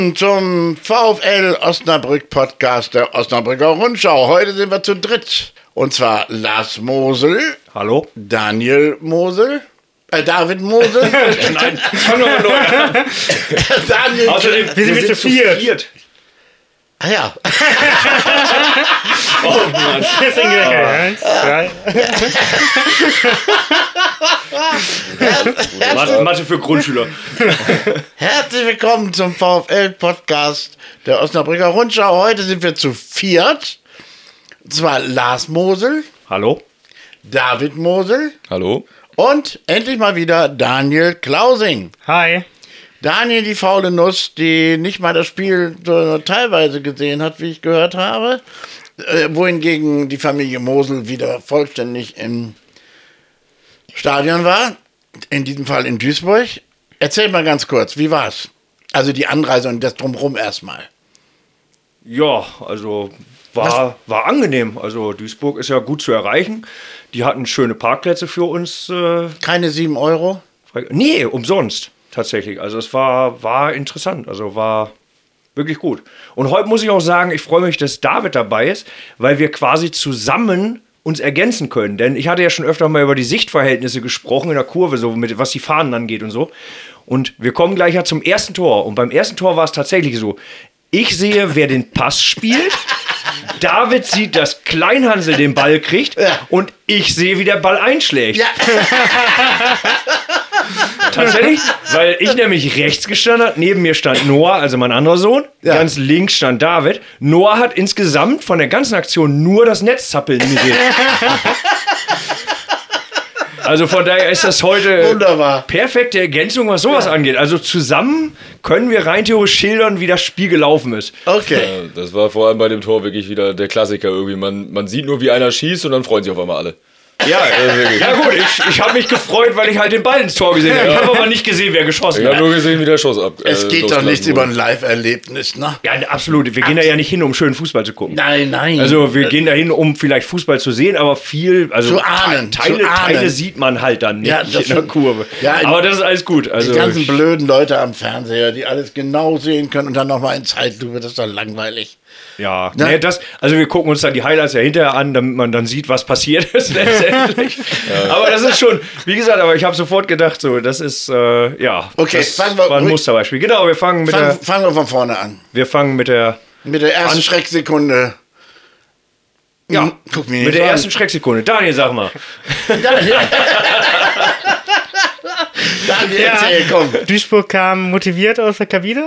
Zum VfL Osnabrück Podcast der Osnabrücker Rundschau. Heute sind wir zu dritt. Und zwar Lars Mosel. Hallo. Daniel Mosel. David Mosel. Nein, fang doch mal neu an. Daniel. Außerdem, wir sind zu viert. Ah ja. Oh Mann. Deswegen eins, zwei. Mathe für Grundschüler. Herzlich willkommen zum VfL-Podcast der Osnabrücker Rundschau. Heute sind wir zu viert. Und zwar Lars Mosel. Hallo. David Mosel. Hallo. Und endlich mal wieder Daniel Klausing. Hi. Daniel, die faule Nuss, die nicht mal das Spiel so teilweise gesehen hat, wie ich gehört habe. Wohingegen die Familie Mosel wieder vollständig im Stadion war. In diesem Fall in Duisburg. Erzähl mal ganz kurz, wie war's? Also die Anreise und das Drumherum erstmal. Ja, also war angenehm. Also Duisburg ist ja gut zu erreichen. Die hatten schöne Parkplätze für uns. Keine 7 Euro? Nee, umsonst. Tatsächlich. Also es war interessant. Also war wirklich gut. Und heute muss ich auch sagen, ich freue mich, dass David dabei ist, weil wir quasi zusammen uns ergänzen können. Denn ich hatte ja schon öfter mal über die Sichtverhältnisse gesprochen in der Kurve, so mit was die Fahnen angeht und so. Und wir kommen gleich ja zum ersten Tor. Und beim ersten Tor war es tatsächlich so. Ich sehe, wer den Pass spielt. David sieht, dass Kleinhansel den Ball kriegt. Und ich sehe, wie der Ball einschlägt. Ja. Tatsächlich, weil ich nämlich rechts gestanden habe, neben mir stand Noah, also mein anderer Sohn, ganz links stand David. Noah hat insgesamt von der ganzen Aktion nur das Netz zappeln gesehen. Also von daher ist das heute wunderbar. Perfekte Ergänzung, was sowas angeht. Also zusammen können wir rein theoretisch schildern, wie das Spiel gelaufen ist. Okay. Ja, das war vor allem bei dem Tor wirklich wieder der Klassiker irgendwie. Man sieht nur, wie einer schießt und dann freuen sich auf einmal alle. Ja, ja gut, ich habe mich gefreut, weil ich halt den Ball ins Tor gesehen habe. Ich habe aber nicht gesehen, wer geschossen hat. Ich habe nur gesehen, wie der Schuss ab. Es geht doch nichts über ein Live-Erlebnis, ne? Ja, absolut. Wir gehen da ja nicht hin, um schönen Fußball zu gucken. Nein. Also wir gehen da hin, um vielleicht Fußball zu sehen, aber viel, also zu ahnen. Teile sieht man halt dann nicht in der Kurve. Ja, aber das ist alles gut. Also die ganzen blöden Leute am Fernseher, die alles genau sehen können und dann nochmal in Zeitlupe, das ist doch langweilig. Ja, nee, also wir gucken uns dann die Highlights ja hinterher an, damit man dann sieht, was passiert ist letztendlich. Aber das ist schon, wie gesagt, aber ich habe sofort gedacht, so, das ist, okay, das war ein Musterbeispiel. Genau, wir fangen fangen wir von vorne an. Wir fangen mit der ersten Schrecksekunde. Ja, guck mir mit der ersten Schrecksekunde. Daniel, sag mal. Daniel, erzähl, komm. Duisburg kam motiviert aus der Kabine.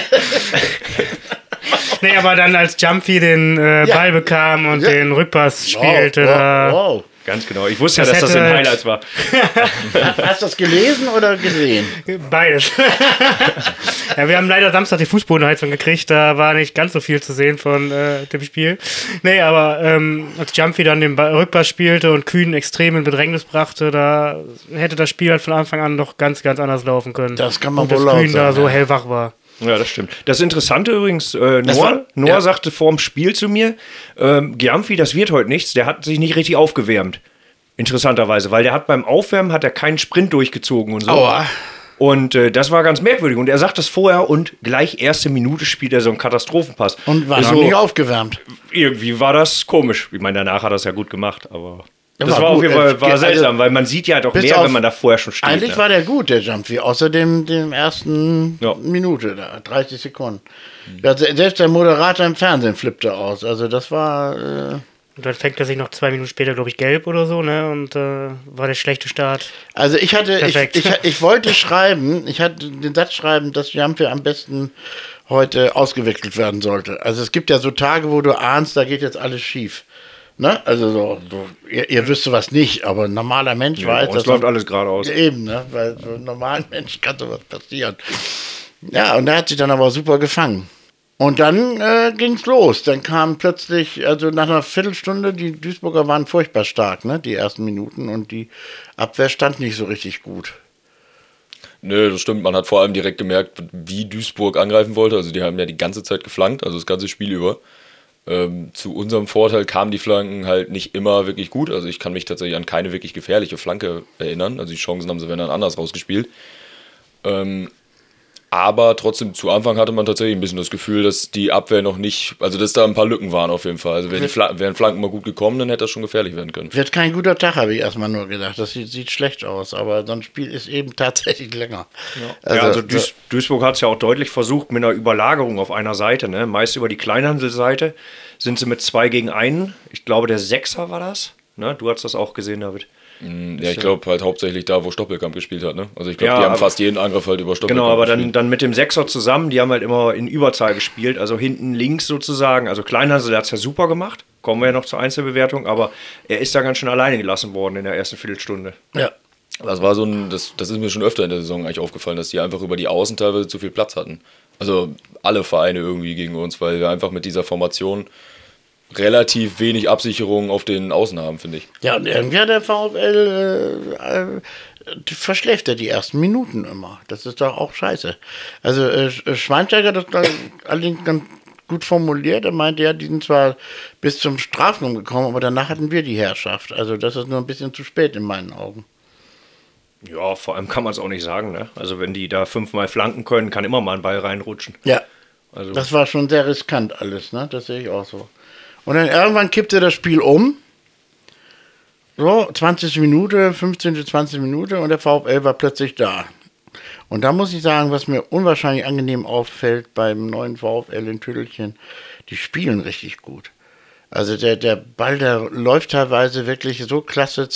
Nee, aber dann als Jumpy den Ball bekam und den Rückpass spielte. Wow. Ganz genau. Ich wusste ja, dass das in Highlights war. Hast du das gelesen oder gesehen? Beides. Ja, wir haben leider Samstag die Fußbodenheizung gekriegt. Da war nicht ganz so viel zu sehen von dem Spiel. Nee, aber als Jumpy dann den Rückpass spielte und Kühn extrem in Bedrängnis brachte, da hätte das Spiel halt von Anfang an noch ganz, ganz anders laufen können. Das kann man wohl laut Kühn sagen, da so hellwach war. Ja, das stimmt. Das Interessante übrigens, Noah sagte vorm Spiel zu mir, Gyamfi, das wird heute nichts, der hat sich nicht richtig aufgewärmt. Interessanterweise, weil der hat beim Aufwärmen keinen Sprint durchgezogen und so. Aua. Und das war ganz merkwürdig. Und er sagt das vorher und gleich erste Minute spielt er so einen Katastrophenpass. Und war noch nicht aufgewärmt. Irgendwie war das komisch. Ich meine, danach hat er es ja gut gemacht, aber... Das war war auf gut. jeden Fall seltsam, weil man sieht ja doch mehr, wenn man da vorher schon steht. Eigentlich war der gut, der Jumpy, außer dem ersten Minute da, 30 Sekunden. Ja, selbst der Moderator im Fernsehen flippte aus, also das war... Und dann fängt er sich noch 2 Minuten später, glaube ich, gelb oder so, ne? Und war der schlechte Start. Also ich wollte schreiben, ich hatte den Satz schreiben, dass Jumpy am besten heute ausgewechselt werden sollte. Also es gibt ja so Tage, wo du ahnst, da geht jetzt alles schief. Ne? Also ihr wüsst was nicht, aber ein normaler Mensch weiß, das läuft alles geradeaus. Eben, ne? Weil so einem normalen Mensch kann sowas passieren. Ja, und der hat sich dann aber super gefangen. Und dann ging's los. Dann kam plötzlich, also nach einer Viertelstunde, die Duisburger waren furchtbar stark, ne? Die ersten Minuten, und die Abwehr stand nicht so richtig gut. Nö, das stimmt. Man hat vor allem direkt gemerkt, wie Duisburg angreifen wollte. Also die haben ja die ganze Zeit geflankt, also das ganze Spiel über. Zu unserem Vorteil kamen die Flanken halt nicht immer wirklich gut. Also ich kann mich tatsächlich an keine wirklich gefährliche Flanke erinnern. Also die Chancen haben sie wenn dann anders rausgespielt. Aber trotzdem, zu Anfang hatte man tatsächlich ein bisschen das Gefühl, dass die Abwehr noch nicht, also dass da ein paar Lücken waren auf jeden Fall. Also wären Flanken mal gut gekommen, dann hätte das schon gefährlich werden können. Wird kein guter Tag, habe ich erstmal nur gedacht. Das sieht schlecht aus, aber so ein Spiel ist eben tatsächlich länger. Also Duisburg hat es ja auch deutlich versucht mit einer Überlagerung auf einer Seite. Ne? Meist über die Kleinhandelsseite sind sie mit 2 gegen 1. Ich glaube, der Sechser war das. Ne? Du hast das auch gesehen, David. Ja, ich glaube halt hauptsächlich da, wo Stoppelkamp gespielt hat. Ne? Also ich glaube, die haben fast jeden Angriff halt über Stoppelkamp Genau, aber gespielt. dann mit dem Sechser zusammen, die haben halt immer in Überzahl gespielt, also hinten links sozusagen. Also Kleinhansel hat es ja super gemacht, kommen wir ja noch zur Einzelbewertung, aber er ist da ganz schön alleine gelassen worden in der ersten Viertelstunde. Ja. Das war das ist mir schon öfter in der Saison eigentlich aufgefallen, dass die einfach über die Außen teilweise zu viel Platz hatten. Also alle Vereine irgendwie gegen uns, weil wir einfach mit dieser Formation relativ wenig Absicherung auf den Außen haben, finde ich. Ja, und irgendwie hat der VfL verschläft er die ersten Minuten immer. Das ist doch auch scheiße. Also Schweinsteiger hat das allerdings ganz gut formuliert. Er meinte ja, die sind zwar bis zum Strafraum gekommen, aber danach hatten wir die Herrschaft. Also das ist nur ein bisschen zu spät in meinen Augen. Ja, vor allem kann man es auch nicht sagen. Ne? Also wenn die da 5-mal flanken können, kann immer mal ein Ball reinrutschen. Ja, Also das war schon sehr riskant alles, ne? Das sehe ich auch so. Und dann irgendwann kippte das Spiel um. So, 20. Minute, 15., 20. Minute und der VfL war plötzlich da. Und da muss ich sagen, was mir unwahrscheinlich angenehm auffällt beim neuen VfL in Tüdelchen, die spielen richtig gut. Also der Ball, der läuft teilweise wirklich so klasse,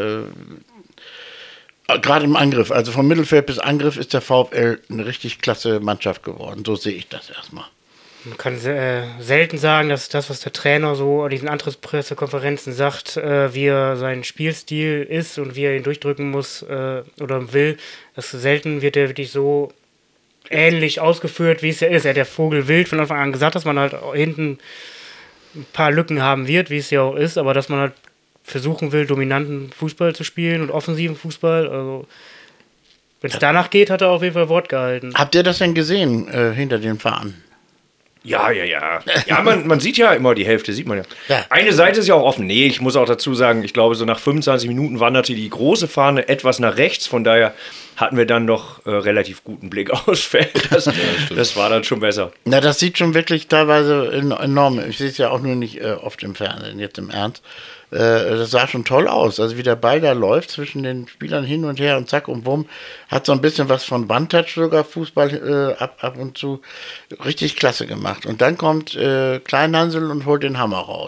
gerade im Angriff, also vom Mittelfeld bis Angriff ist der VfL eine richtig klasse Mannschaft geworden. So sehe ich das erstmal. Man kann selten sagen, dass das, was der Trainer so an diesen Antrittspressekonferenzen sagt, wie er sein Spielstil ist und wie er ihn durchdrücken muss oder will, dass selten wird er wirklich so ähnlich ausgeführt, wie es ja ist. Er hat der Vogel wild von Anfang an gesagt, dass man halt hinten ein paar Lücken haben wird, wie es ja auch ist, aber dass man halt versuchen will, dominanten Fußball zu spielen und offensiven Fußball. Also wenn es danach geht, hat er auf jeden Fall Wort gehalten. Habt ihr das denn gesehen hinter den Fahnen? Ja. Ja, man sieht ja immer die Hälfte, sieht man ja. Ja. Eine Seite ist ja auch offen. Nee, ich muss auch dazu sagen, ich glaube, so nach 25 Minuten wanderte die große Fahne etwas nach rechts. Von daher hatten wir dann noch relativ guten Blick aufs Feld. Das war dann schon besser. Na, das sieht schon wirklich teilweise enorm. Ich sehe es ja auch nur nicht oft im Fernsehen, jetzt im Ernst. Das sah schon toll aus. Also wie der Ball da läuft zwischen den Spielern hin und her und zack und bumm. Hat so ein bisschen was von One-Touch sogar, Fußball ab und zu. Richtig klasse gemacht. Und dann kommt Kleinhansel und holt den Hammer raus.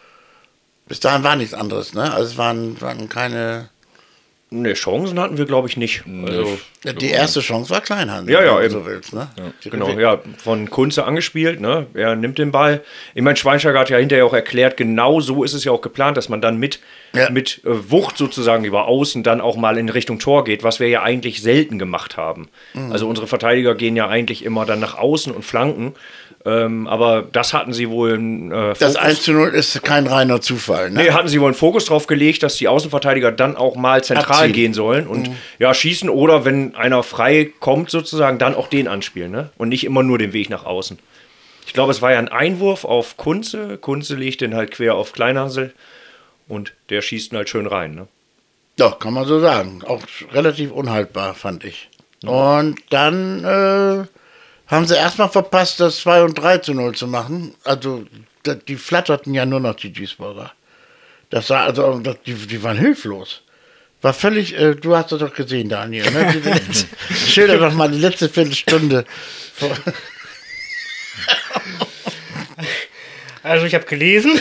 Bis dahin war nichts anderes, ne? Also es waren keine... Ne, Chancen hatten wir, glaube ich, nicht. Also, Die erste Chance war Kleinhansel, Ja, wenn eben. du so willst, ne? genau, ja, von Kunze angespielt, ne? Er nimmt den Ball. Ich meine, Schweinsteiger hat ja hinterher auch erklärt, genau so ist es ja auch geplant, dass man dann mit Wucht sozusagen über außen dann auch mal in Richtung Tor geht, was wir ja eigentlich selten gemacht haben. Also unsere Verteidiger gehen ja eigentlich immer dann nach außen und flanken. Aber das hatten sie wohl Das 1:0 ist kein reiner Zufall, ne? Nee, hatten sie wohl einen Fokus drauf gelegt, dass die Außenverteidiger dann auch mal zentral Abziehen. gehen sollen und ja, schießen oder wenn einer frei kommt sozusagen, dann auch den anspielen, ne? Und nicht immer nur den Weg nach außen. Ich glaube, es war ja ein Einwurf auf Kunze. Kunze legt den halt quer auf Kleinhansel und der schießt ihn halt schön rein, ne? Doch, kann man so sagen. Auch relativ unhaltbar, fand ich. Und dann haben sie erstmal verpasst, das 2 und 3:0 zu machen. Also, die flatterten ja nur noch, die Duisburger. Das war also, die waren hilflos. War völlig, du hast das doch gesehen, Daniel. Ne? Schilder doch mal die letzte Viertelstunde. Also ich habe gelesen.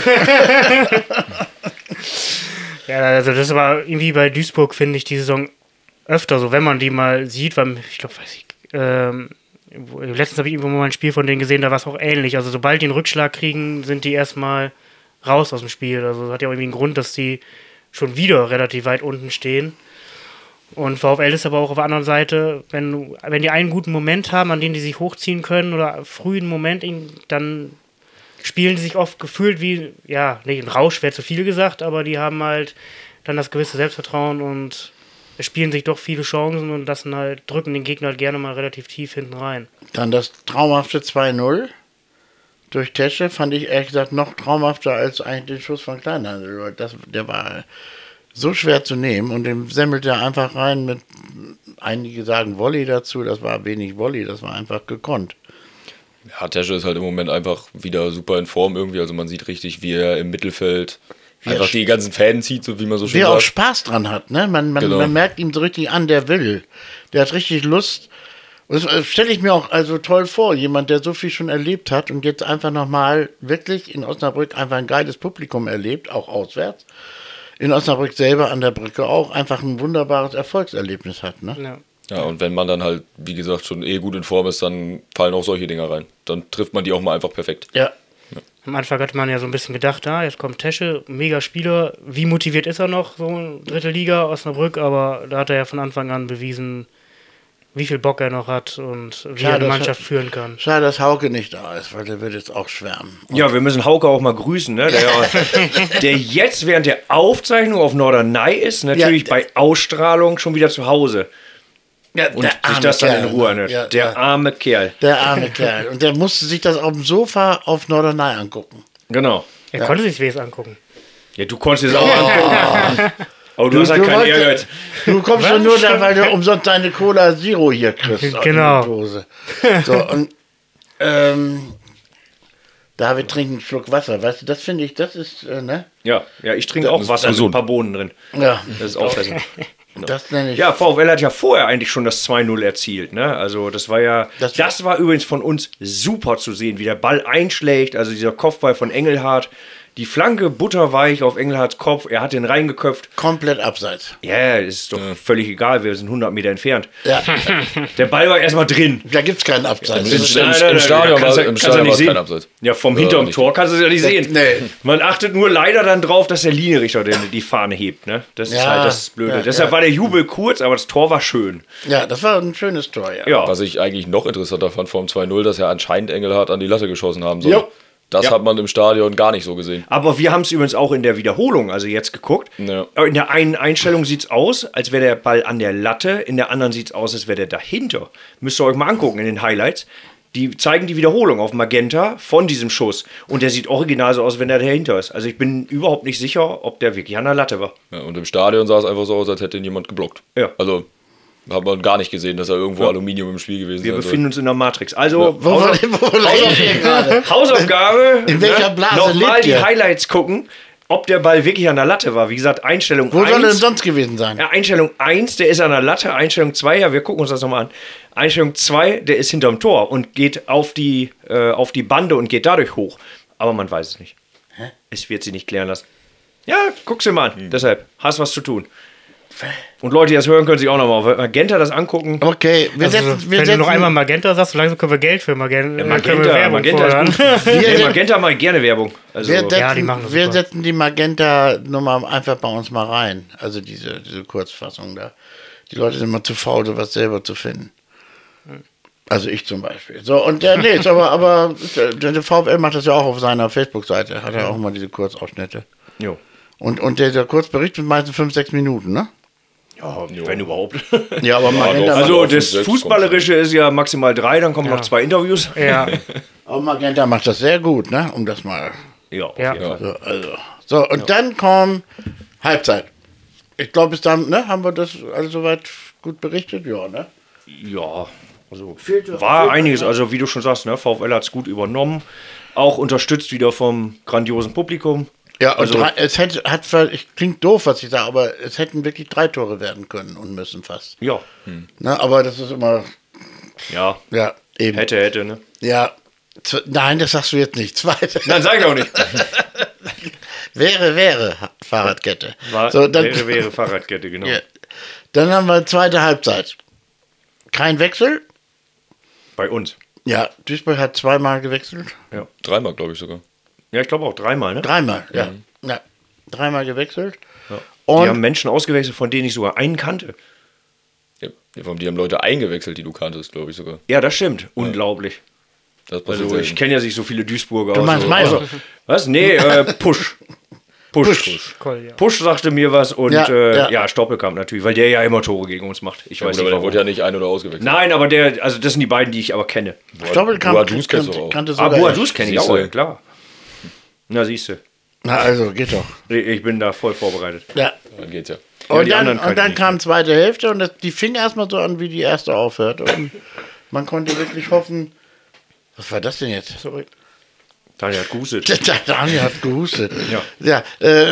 Ja, also das war irgendwie bei Duisburg, finde ich, die Saison öfter so, wenn man die mal sieht, weil ich glaube, letztens habe ich irgendwo mal ein Spiel von denen gesehen, da war es auch ähnlich. Also sobald die einen Rückschlag kriegen, sind die erstmal raus aus dem Spiel. Also das hat ja auch irgendwie einen Grund, dass die schon wieder relativ weit unten stehen. Und VfL ist aber auch auf der anderen Seite, wenn die einen guten Moment haben, an dem die sich hochziehen können oder frühen Moment, dann spielen die sich oft gefühlt wie, ja, nicht ein Rausch wäre zu viel gesagt, aber die haben halt dann das gewisse Selbstvertrauen und spielen sich doch viele Chancen und drücken den Gegner halt gerne mal relativ tief hinten rein. Dann das traumhafte 2:0 durch Tesche fand ich ehrlich gesagt noch traumhafter als eigentlich den Schuss von Kleinhansel. Der war so schwer zu nehmen und den semmelt er einfach rein mit, einige sagen Volley dazu, das war wenig Volley, das war einfach gekonnt. Ja, Tesche ist halt im Moment einfach wieder super in Form irgendwie. Also man sieht richtig, wie er im Mittelfeld einfach die ganzen Fäden zieht, so wie man so schön Der sagt. auch Spaß dran hat, ne? Man merkt ihm so richtig an, der will. Der hat richtig Lust. Und das stelle ich mir auch also toll vor, jemand, der so viel schon erlebt hat und jetzt einfach nochmal wirklich in Osnabrück einfach ein geiles Publikum erlebt, auch auswärts. In Osnabrück selber an der Brücke auch einfach ein wunderbares Erfolgserlebnis hat, ne? Ja. Ja, und wenn man dann halt, wie gesagt, schon gut in Form ist, dann fallen auch solche Dinger rein. Dann trifft man die auch mal einfach perfekt. Ja. Am Anfang hatte man ja so ein bisschen gedacht, jetzt kommt Tesche, mega Spieler. Wie motiviert ist er noch, so dritte Liga, Osnabrück? Aber da hat er ja von Anfang an bewiesen, wie viel Bock er noch hat und wie er eine Mannschaft führen kann. Schade, dass Hauke nicht da ist, weil der wird jetzt auch schwärmen. Ja, wir müssen Hauke auch mal grüßen, ne? Der jetzt während der Aufzeichnung auf Norderney ist, natürlich bei Ausstrahlung schon wieder zu Hause. Ja, Und sich das dann in Ruhe anhört. Ja, der arme Kerl. Der arme Kerl. Und der musste sich das auf dem Sofa auf Norderney angucken. Genau. Er konnte sich es angucken. Ja, du konntest es auch angucken. Aber du hast halt keinen Ehrgeiz. Du kommst schon nur da, weil du umsonst deine Cola Zero hier kriegst. Genau. In die Dose. So, und David trinkt einen Schluck Wasser. Weißt du, das finde ich, das ist, ne? Ja, ich trinke auch Wasser mit ein paar Bohnen drin. Ja, Das ist auch besser. das nenne ich. Ja, VfL hat ja vorher eigentlich schon das 2-0 erzielt. Ne? Also das war ja, das war übrigens von uns super zu sehen, wie der Ball einschlägt. Also dieser Kopfball von Engelhardt. Die Flanke butterweich auf Engelhardts Kopf. Er hat den reingeköpft. Komplett abseits. Ja, ist doch völlig egal. Wir sind 100 Meter entfernt. Ja, Der Ball war erstmal drin. da gibt es keinen Abseits. Im Stadion kannst du war nicht es sehen. kein Abseits. Ja, vom hinterm nicht. Tor kannst du es ja nicht sehen. Nee. Man achtet nur leider dann drauf, dass der Linienrichter die Fahne hebt. Ne? Das ist Ja, halt das Blöde. ja, Deshalb war der Jubel kurz, aber das Tor war schön. Ja, das war ein schönes Tor, ja. Ja. Was ich eigentlich noch interessanter fand vor dem 2-0, dass er anscheinend Engelhardt an die Latte geschossen haben soll. Jo. Das Ja. hat man im Stadion gar nicht so gesehen. Aber wir haben es übrigens auch in der Wiederholung, also jetzt geguckt. Ja. In der einen Einstellung sieht es aus, als wäre der Ball an der Latte. In der anderen sieht es aus, als wäre der dahinter. Müsst ihr euch mal angucken in den Highlights. Die zeigen die Wiederholung auf Magenta von diesem Schuss. Und der sieht original so aus, wenn der dahinter ist. Also ich bin überhaupt nicht sicher, ob der wirklich an der Latte war. Ja, und im Stadion sah es einfach so aus, als hätte ihn jemand geblockt. Ja. Also hat man gar nicht gesehen, dass da irgendwo Aluminium im Spiel gewesen Wir sein befinden uns in der Matrix. Also Wo reden wir gerade? Hausaufgabe. In welcher Blase Nochmal lebt die ihr? Highlights gucken, ob der Ball wirklich an der Latte war. Wie gesagt, Einstellung Wo 1. soll er denn sonst gewesen sein? Ja, Einstellung 1, der ist an der Latte. Einstellung 2, ja, wir gucken uns das nochmal an. Einstellung 2, der ist hinterm Tor und geht auf die Bande und geht dadurch hoch. Aber man weiß es nicht. Es wird sie nicht klären lassen. Ja, guck's dir mal an. Deshalb, hast was zu tun. Und Leute, die das hören, können sich auch nochmal auf Magenta das angucken. Okay, wir Wenn du noch einmal Magenta sagst, so langsam können wir Geld für Magenta, können wir Magenta, Werbung Magenta fordern. ist gut. Nee, Magenta macht gerne Werbung. Also, die machen das wir super. setzen die Magenta-Nummer einfach bei uns mal rein. Also diese Kurzfassung da. Die Leute sind immer zu faul, sowas selber zu finden. Also ich zum Beispiel. So, und der, nee, ist aber der VfL macht das ja auch auf seiner Facebook-Seite. Hat er auch mal diese Kurzausschnitte. jo. Und der Kurzbericht sind meistens 5-6 Minuten, ne? Ja, wenn überhaupt. Ja, aber Magenta, Also auf das den Fußballerische ist ja maximal 3, dann kommen noch 2 Interviews. Ja, aber Magenta macht das sehr gut, ne? Um das mal. Ja, auf Ja. jeden Fall. So, und dann kommt Halbzeit. Ich glaube, bis dann, ne? Haben wir das alles soweit gut berichtet? Ja, ne? Ja, also Fehlte- war fehlte- einiges, also wie du schon sagst, ne, VfL hat es gut übernommen, auch unterstützt wieder vom grandiosen Publikum. Ja, und Also- es klingt doof, was ich sage, aber es hätten wirklich 3 Tore werden können und müssen fast. Ja, Ne? Aber das ist immer, ja, ja, eben. hätte, ne? Ja, nein, das sagst du jetzt nicht. Zweite. Nein, sag ich auch nicht. Wäre Fahrradkette. War, So, dann, wäre Fahrradkette, genau. ja. Dann haben wir zweite Halbzeit. Kein Wechsel. Bei uns. Ja, Duisburg hat 2-mal gewechselt. Dreimal, glaube ich sogar. Ja, ich glaube auch 3-mal, ne? 3-mal, ja. Ja, 3-mal gewechselt. Die Und haben Menschen ausgewechselt, von denen ich sogar einen kannte. Ja, die haben Leute eingewechselt, die du kanntest, glaube ich sogar. Ja, das stimmt. Unglaublich. Das passiert Also ich selten. kenne ja nicht so viele Duisburger. Du meinst Meier? Was? Nee, Pusch. Cool, ja. Pusch sagte mir was und Ja, ja. ja, Stoppelkamp natürlich, weil der ja immer Tore gegen uns macht. Ich Ja, weiß gut, aber nicht der warum. wurde ja nicht ein- oder ausgewechselt. Nein, aber das sind die beiden, die ich aber kenne. Stoppelkamp Boadus kennst du auch. kannte Ah, sogar Boadus kenne ich Siehst auch, du. ja, klar. Na, siehst du. Na also, geht doch. Ich bin da voll vorbereitet. Ja. Dann geht's ja. Und die anderen dann, können nicht. kam zweite Hälfte und die fing erstmal so an, wie die erste aufhört. Und man konnte wirklich hoffen, was war das denn jetzt? Sorry. Daniel hat gehustet. Der Daniel hat gehustet. Ja.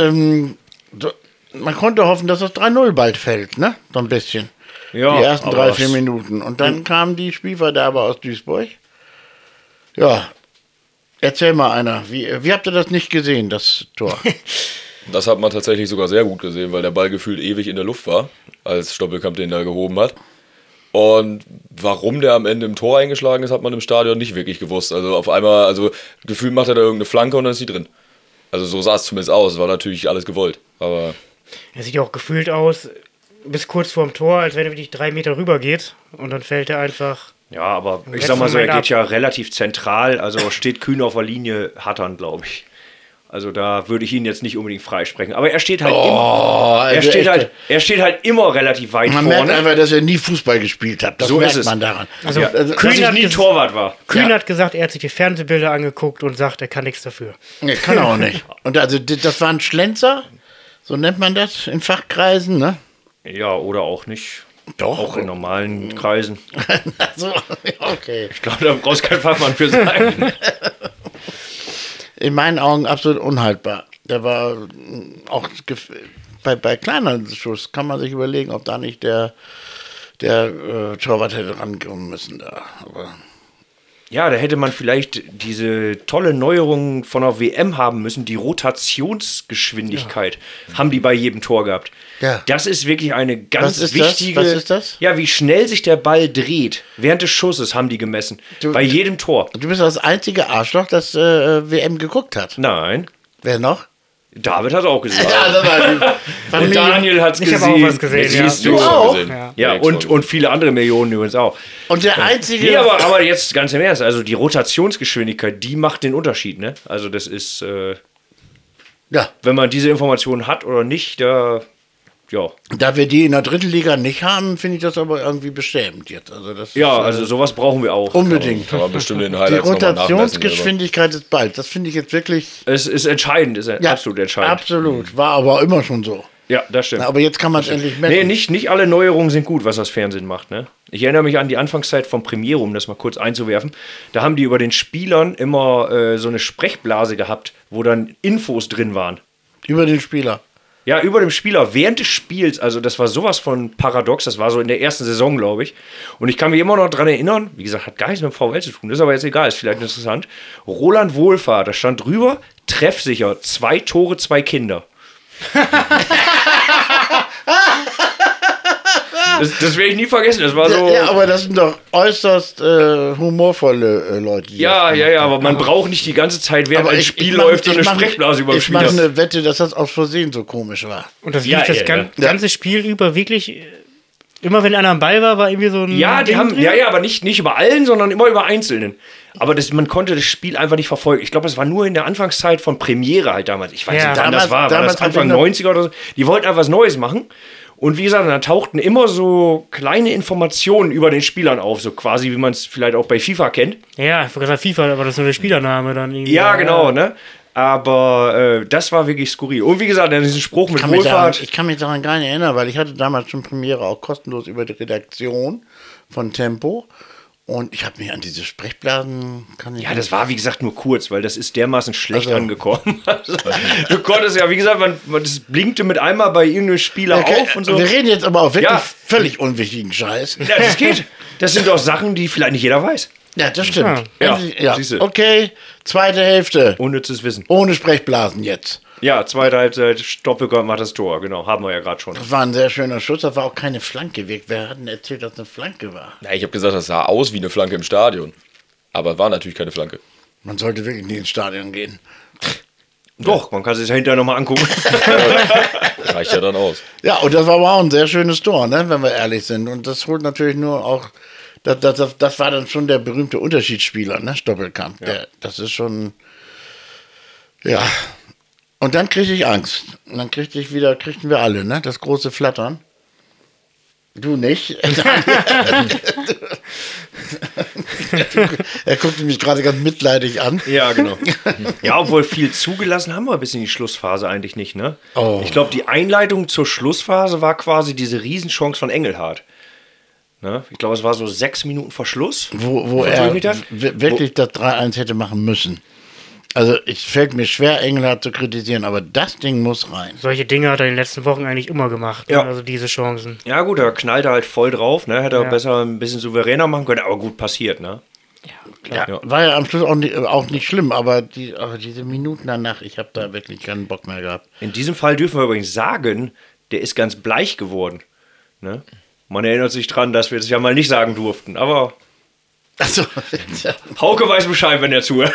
Man konnte hoffen, dass das 3-0 bald fällt, ne? So ein bisschen. Ja, Die ersten aber 3-4 Minuten. Und dann kamen die Spielverderber aus Duisburg. Ja. Erzähl mal einer, wie habt ihr das nicht gesehen, das Tor? Das hat man tatsächlich sogar sehr gut gesehen, weil der Ball gefühlt ewig in der Luft war, als Stoppelkamp den da gehoben hat. Und warum der am Ende im Tor eingeschlagen ist, hat man im Stadion nicht wirklich gewusst. Also auf einmal, gefühlt macht er da irgendeine Flanke und dann ist sie drin. Also so sah es zumindest aus, war natürlich alles gewollt. Aber Er sieht ja auch gefühlt aus, bis kurz vorm Tor, als wenn er wirklich 3 Meter rüber geht und dann fällt er einfach. Ja, aber ich Jetzt sag mal so, Moment er ab. geht ja relativ zentral, also steht kühn auf der Linie, hat er, glaube ich. Also da würde ich ihn jetzt nicht unbedingt freisprechen. Aber er steht halt immer. Er steht halt immer relativ weit Man vorne. merkt einfach, dass er nie Fußball gespielt hat. Das So merkt ist es. man daran. Also, Ja, dass Kühn ich hat nie ges- Torwart war. Kühn Ja. hat gesagt, er hat sich die Fernsehbilder angeguckt und sagt, er kann nichts dafür. Nee, kann er auch nicht. Und also das war ein Schlenzer, so nennt man das in Fachkreisen, ne? Ja, oder auch nicht. Doch. Auch in normalen Kreisen. So, okay. Ich glaube, da brauchst kein Fachmann für sein. In meinen Augen absolut unhaltbar. Der war auch bei kleineren Schuss kann man sich überlegen, ob da nicht der Torwart hätte rankommen müssen da. Aber Ja, da hätte man vielleicht diese tolle Neuerung von der WM haben müssen, die Rotationsgeschwindigkeit. Haben die bei jedem Tor gehabt. Ja. Das ist wirklich eine ganz Was ist das? wichtige. Was ist das? Ja, wie schnell sich der Ball dreht. Während des Schusses haben die gemessen. Bei jedem Tor. du bist das einzige Arschloch, das WM geguckt hat. Nein. Wer noch? David hat auch gesehen. das war die Und Familie. Daniel hat es Ich gesehen. habe auch was gesehen, ja. Siehst Du du auch? gesehen. Ja. Ja, und viele andere Millionen übrigens auch. Und der einzige. Nee, aber jetzt ganz im Ernst, also die Rotationsgeschwindigkeit, die macht den Unterschied, ne? Also das ist, ja, wenn man diese Informationen hat oder nicht, ja. da wir die in der dritten Liga nicht haben, finde ich das aber irgendwie beschämend jetzt. Also das Ja, ist, also sowas brauchen wir auch. unbedingt. kann man bestimmt in den Die Highlights nochmal nachmessen. Rotationsgeschwindigkeit des Balls, das finde ich jetzt wirklich Es ist entscheidend, ist ja, absolut entscheidend. Absolut, war aber immer schon so. Ja, das stimmt. Na, aber jetzt kann man es endlich messen. Nee, nicht alle Neuerungen sind gut, was das Fernsehen macht. Ne? Ich erinnere mich an die Anfangszeit vom Premiere, um das mal kurz einzuwerfen. Da haben die über den Spielern immer so eine Sprechblase gehabt, wo dann Infos drin waren. Über den Spieler. Ja, über dem Spieler während des Spiels, also das war sowas von paradox, das war so in der ersten Saison, glaube ich. Und ich kann mich immer noch dran erinnern, wie gesagt, hat gar nichts mit dem VfL zu tun, das ist aber jetzt egal, ist vielleicht interessant. Roland Wohlfahrt, da stand drüber, treffsicher, 2 Tore, 2 Kinder. Das werde ich nie vergessen, das war so... Ja, aber das sind doch äußerst humorvolle Leute. die Ja, das aber man braucht nicht die ganze Zeit, während Aber ein Spiel läuft, so eine Sprechblase über dem Ich mache Spieler. eine Wette, dass das aus Versehen so komisch war. Und das Ja, lief das ja, ganze Spiel über wirklich. Immer wenn einer am Ball war irgendwie so ein. Ja, die Ding haben, drin. ja, aber nicht über allen, sondern immer über Einzelnen. Aber man konnte das Spiel einfach nicht verfolgen. Ich glaube, das war nur in der Anfangszeit von Premiere halt damals. Ich weiß Ja. nicht, wann das war. War Damals das Anfang hatte ich noch- 90er oder so? Die wollten einfach was Neues machen. Und wie gesagt, da tauchten immer so kleine Informationen über den Spielern auf, so quasi wie man es vielleicht auch bei FIFA kennt. Ja, ich vergesse FIFA, aber das ist nur der Spielername dann irgendwie. Ja, genau, ne? Aber das war wirklich skurril. Und wie gesagt, diesen Spruch mit Wohlfahrt. Ich kann mich daran gar nicht erinnern, weil ich hatte damals schon Premiere auch kostenlos über die Redaktion von Tempo. Und ich habe mich an diese Sprechblasen... Ja, das war wie gesagt nur kurz, weil das ist dermaßen schlecht Also. angekommen. Also, du konntest ja, wie gesagt, das blinkte mit einmal bei irgendeinem Spieler Okay, auf und so. Wir reden jetzt aber auch wirklich Ja. völlig unwichtigen Scheiß. Ja, das geht. Das sind doch Sachen, die vielleicht nicht jeder weiß. Ja, das stimmt. Ja, Ja. siehste. Okay, zweite Hälfte. Unnützes Wissen. Ohne Sprechblasen jetzt. Ja, zweite Halbzeit, Stoppelkamp macht das Tor. Genau, haben wir ja gerade schon. Das war ein sehr schöner Schuss, das war auch keine Flanke. Wer hat denn erzählt, dass es eine Flanke war? Ja, ich habe gesagt, das sah aus wie eine Flanke im Stadion. Aber war natürlich keine Flanke. Man sollte wirklich nicht ins Stadion gehen. Doch, man kann sich das hinterher nochmal angucken. Reicht ja dann aus. Ja, und das war aber auch ein sehr schönes Tor, ne, wenn wir ehrlich sind. Und das holt natürlich nur auch, das war dann schon der berühmte Unterschiedsspieler, ne, Stoppelkamp. Ja. Das ist schon, ja. Und dann kriegte ich Angst. Und dann kriegten wir alle, ne, das große Flattern. Du nicht? Er guckte mich gerade ganz mitleidig an. Ja, genau. Ja, obwohl viel zugelassen haben wir bis in die Schlussphase eigentlich nicht, ne? Oh. Ich glaube, die Einleitung zur Schlussphase war quasi diese Riesenchance von Engelhardt. Ne? Ich glaube, es war so 6 Minuten vor Schluss. Wo er wirklich das 3-1 hätte machen müssen. Also es fällt mir schwer, Engelhardt zu kritisieren, aber das Ding muss rein. Solche Dinge hat er in den letzten Wochen eigentlich immer gemacht. Ja. Ne? Also diese Chancen. Ja gut, da knallt er halt voll drauf, ne? Hätte er Ja. besser ein bisschen souveräner machen können, aber gut passiert, ne? Ja, war ja am Schluss auch nicht schlimm, aber diese Minuten danach, ich habe da wirklich keinen Bock mehr gehabt. In diesem Fall dürfen wir übrigens sagen, der ist ganz bleich geworden. Ne? Man erinnert sich dran, dass wir das ja mal nicht sagen durften, aber Also, Hauke weiß Bescheid, wenn er zuhört.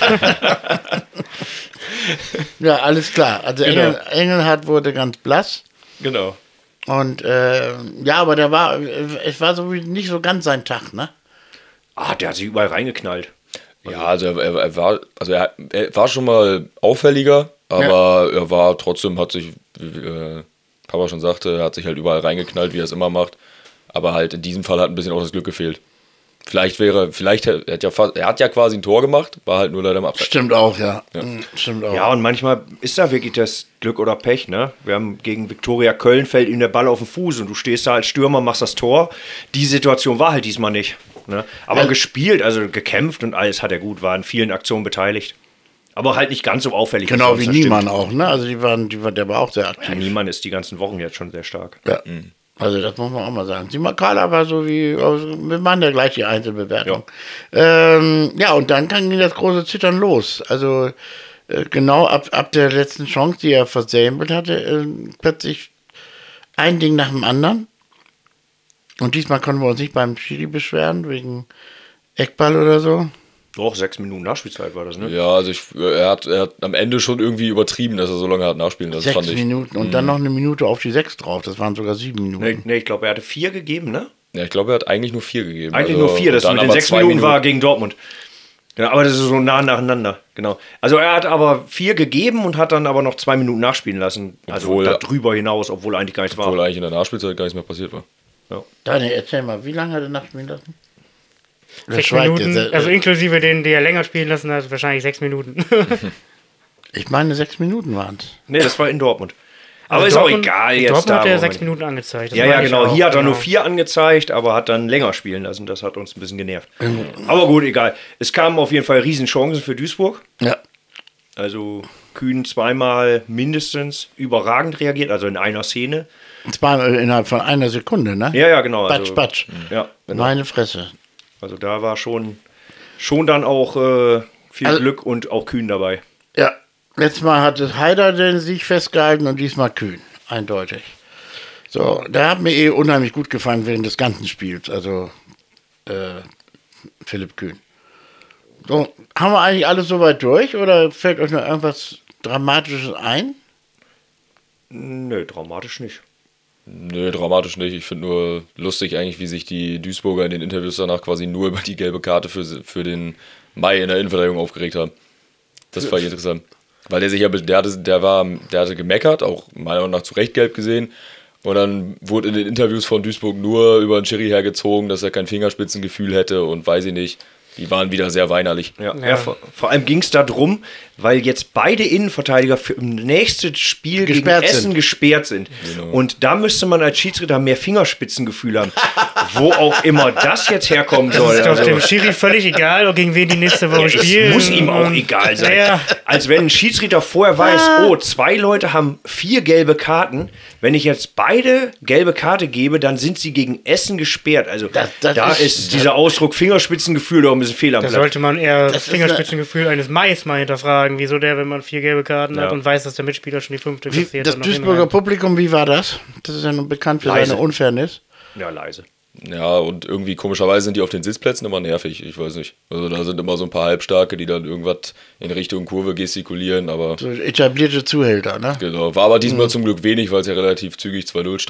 ja, alles klar. Also Genau. Engelhardt wurde ganz blass. Genau. Und ja, aber es war so nicht so ganz sein Tag, ne? Ah, der hat sich überall reingeknallt. Ja, also er war schon mal auffälliger, aber er war trotzdem, hat sich, wie Papa schon sagte, er hat sich halt überall reingeknallt, wie er es immer macht. Aber halt in diesem Fall hat ein bisschen auch das Glück gefehlt. Er hat ja quasi ein Tor gemacht, war halt nur leider im Abseits. Stimmt auch, ja. Stimmt auch. Ja, und manchmal ist da wirklich das Glück oder Pech, ne? Wir haben gegen Viktoria Köln, fällt ihm der Ball auf den Fuß und du stehst da als Stürmer, machst das Tor. Die Situation war halt diesmal nicht. Ne? Aber gespielt, also gekämpft und alles hat er gut, war in vielen Aktionen beteiligt. Aber halt nicht ganz so auffällig. Genau wie sonst, das Niemann stimmt. auch, ne? Also der war auch sehr aktiv. Ja, Niemann ist die ganzen Wochen jetzt schon sehr stark. Ja. Also das muss man auch mal sagen. Simakala war so wie, also wir machen ja gleich die Einzelbewertung. Ja, und dann ging das große Zittern los. Also genau ab der letzten Chance, die er versäbelt hatte, plötzlich ein Ding nach dem anderen. Und diesmal konnten wir uns nicht beim Schiri beschweren, wegen Eckball oder so. Doch, 6 Minuten Nachspielzeit war das, ne? Ja, also er hat am Ende schon irgendwie übertrieben, dass er so lange hat nachspielen lassen, 6 fand ich. Minuten und dann noch eine Minute auf die 6 drauf. Das waren sogar 7 Minuten. Nee, ich glaube, er hatte 4 gegeben, ne? Ja, ich glaube, er hat eigentlich nur 4 gegeben. Eigentlich Also, nur 4, das und dann mit den aber 6 2 Minuten war gegen Dortmund. Ja, aber das ist so nah nacheinander, genau. Also er hat aber 4 gegeben und hat dann aber noch 2 Minuten nachspielen lassen. Also Obwohl- darüber hinaus, obwohl eigentlich gar nichts Obwohl war. eigentlich in der Nachspielzeit gar nichts mehr passiert war. Daniel, erzähl mal, wie lange hat er nachspielen lassen? 6 schweigt Minuten, jetzt, also inklusive den, der länger spielen lassen hat, wahrscheinlich 6 Minuten. Ich meine, 6 Minuten waren es. Nee, das war in Dortmund. Aber Also ist Dortmund- auch egal in jetzt. Dortmund hat da, er wo 6 man- Minuten angezeigt. Das Ja, meine ich genau. auch, Hier hat er nur genau. 4 angezeigt, aber hat dann länger spielen lassen. Das hat uns ein bisschen genervt. Aber gut, egal. Es kamen auf jeden Fall Riesenchancen für Duisburg. Ja. Also Kühn zweimal mindestens überragend reagiert, also in einer Szene. Und zwar innerhalb von einer Sekunde, ne? Ja, genau. Batsch, Also, batsch. Ja, genau. Meine Fresse. Also da war schon dann auch viel Also- Glück und auch Kühn dabei. Ja. Letztes Mal hat es Haider den Sieg festgehalten und diesmal Kühn. Eindeutig. So, der hat mir unheimlich gut gefallen während des ganzen Spiels. Also Philipp Kühn. So, haben wir eigentlich alles soweit durch oder fällt euch noch irgendwas Dramatisches ein? Nö, dramatisch nicht. Nö, dramatisch nicht. Ich finde nur lustig eigentlich, wie sich die Duisburger in den Interviews danach quasi nur über die gelbe Karte für den Mai in der Innenverteidigung aufgeregt haben. Das war interessant. Weil der hatte gemeckert, auch meiner Meinung nach zu Recht gelb gesehen. Und dann wurde in den Interviews von Duisburg nur über den Schiri hergezogen, dass er kein Fingerspitzengefühl hätte und weiß ich nicht. Die waren wieder sehr weinerlich. Ja, vor allem ging es darum, weil jetzt beide Innenverteidiger für im nächsten Spiel gegen Gesperrt Essen sind. gesperrt sind. Genau. Und da müsste man als Schiedsrichter mehr Fingerspitzengefühl haben. Wo auch immer das jetzt herkommen soll. Ist doch Also, dem Schiri völlig egal, ob gegen wen die nächste Woche es spielen. muss ihm auch Und- egal sein. Ja, Als wenn ein Schiedsrichter vorher weiß, oh, 2 Leute haben 4 gelbe Karten. Wenn ich jetzt beide gelbe Karte gebe, dann sind sie gegen Essen gesperrt. Also Das da ist dieser Ausdruck Fingerspitzengefühl doch ein bisschen fehl am da Platz. sollte man eher das Das ist Fingerspitzengefühl eines Mais mal hinterfragen, wieso der, wenn man 4 gelbe Karten hat Ja. und weiß, dass der Mitspieler schon die 5. kassiert Das hat, noch Duisburger hinrennt. Publikum, wie war das? Das ist ja nun bekannt für Leise. seine Unfairness. Ja, leise. Ja, und irgendwie komischerweise sind die auf den Sitzplätzen immer nervig. Ich weiß nicht. Also da sind immer so ein paar Halbstarke, die dann irgendwas in Richtung Kurve gestikulieren, aber So etablierte Zuhälter, ne? genau. War aber diesmal zum Glück wenig, weil es ja relativ zügig 2-0 stand.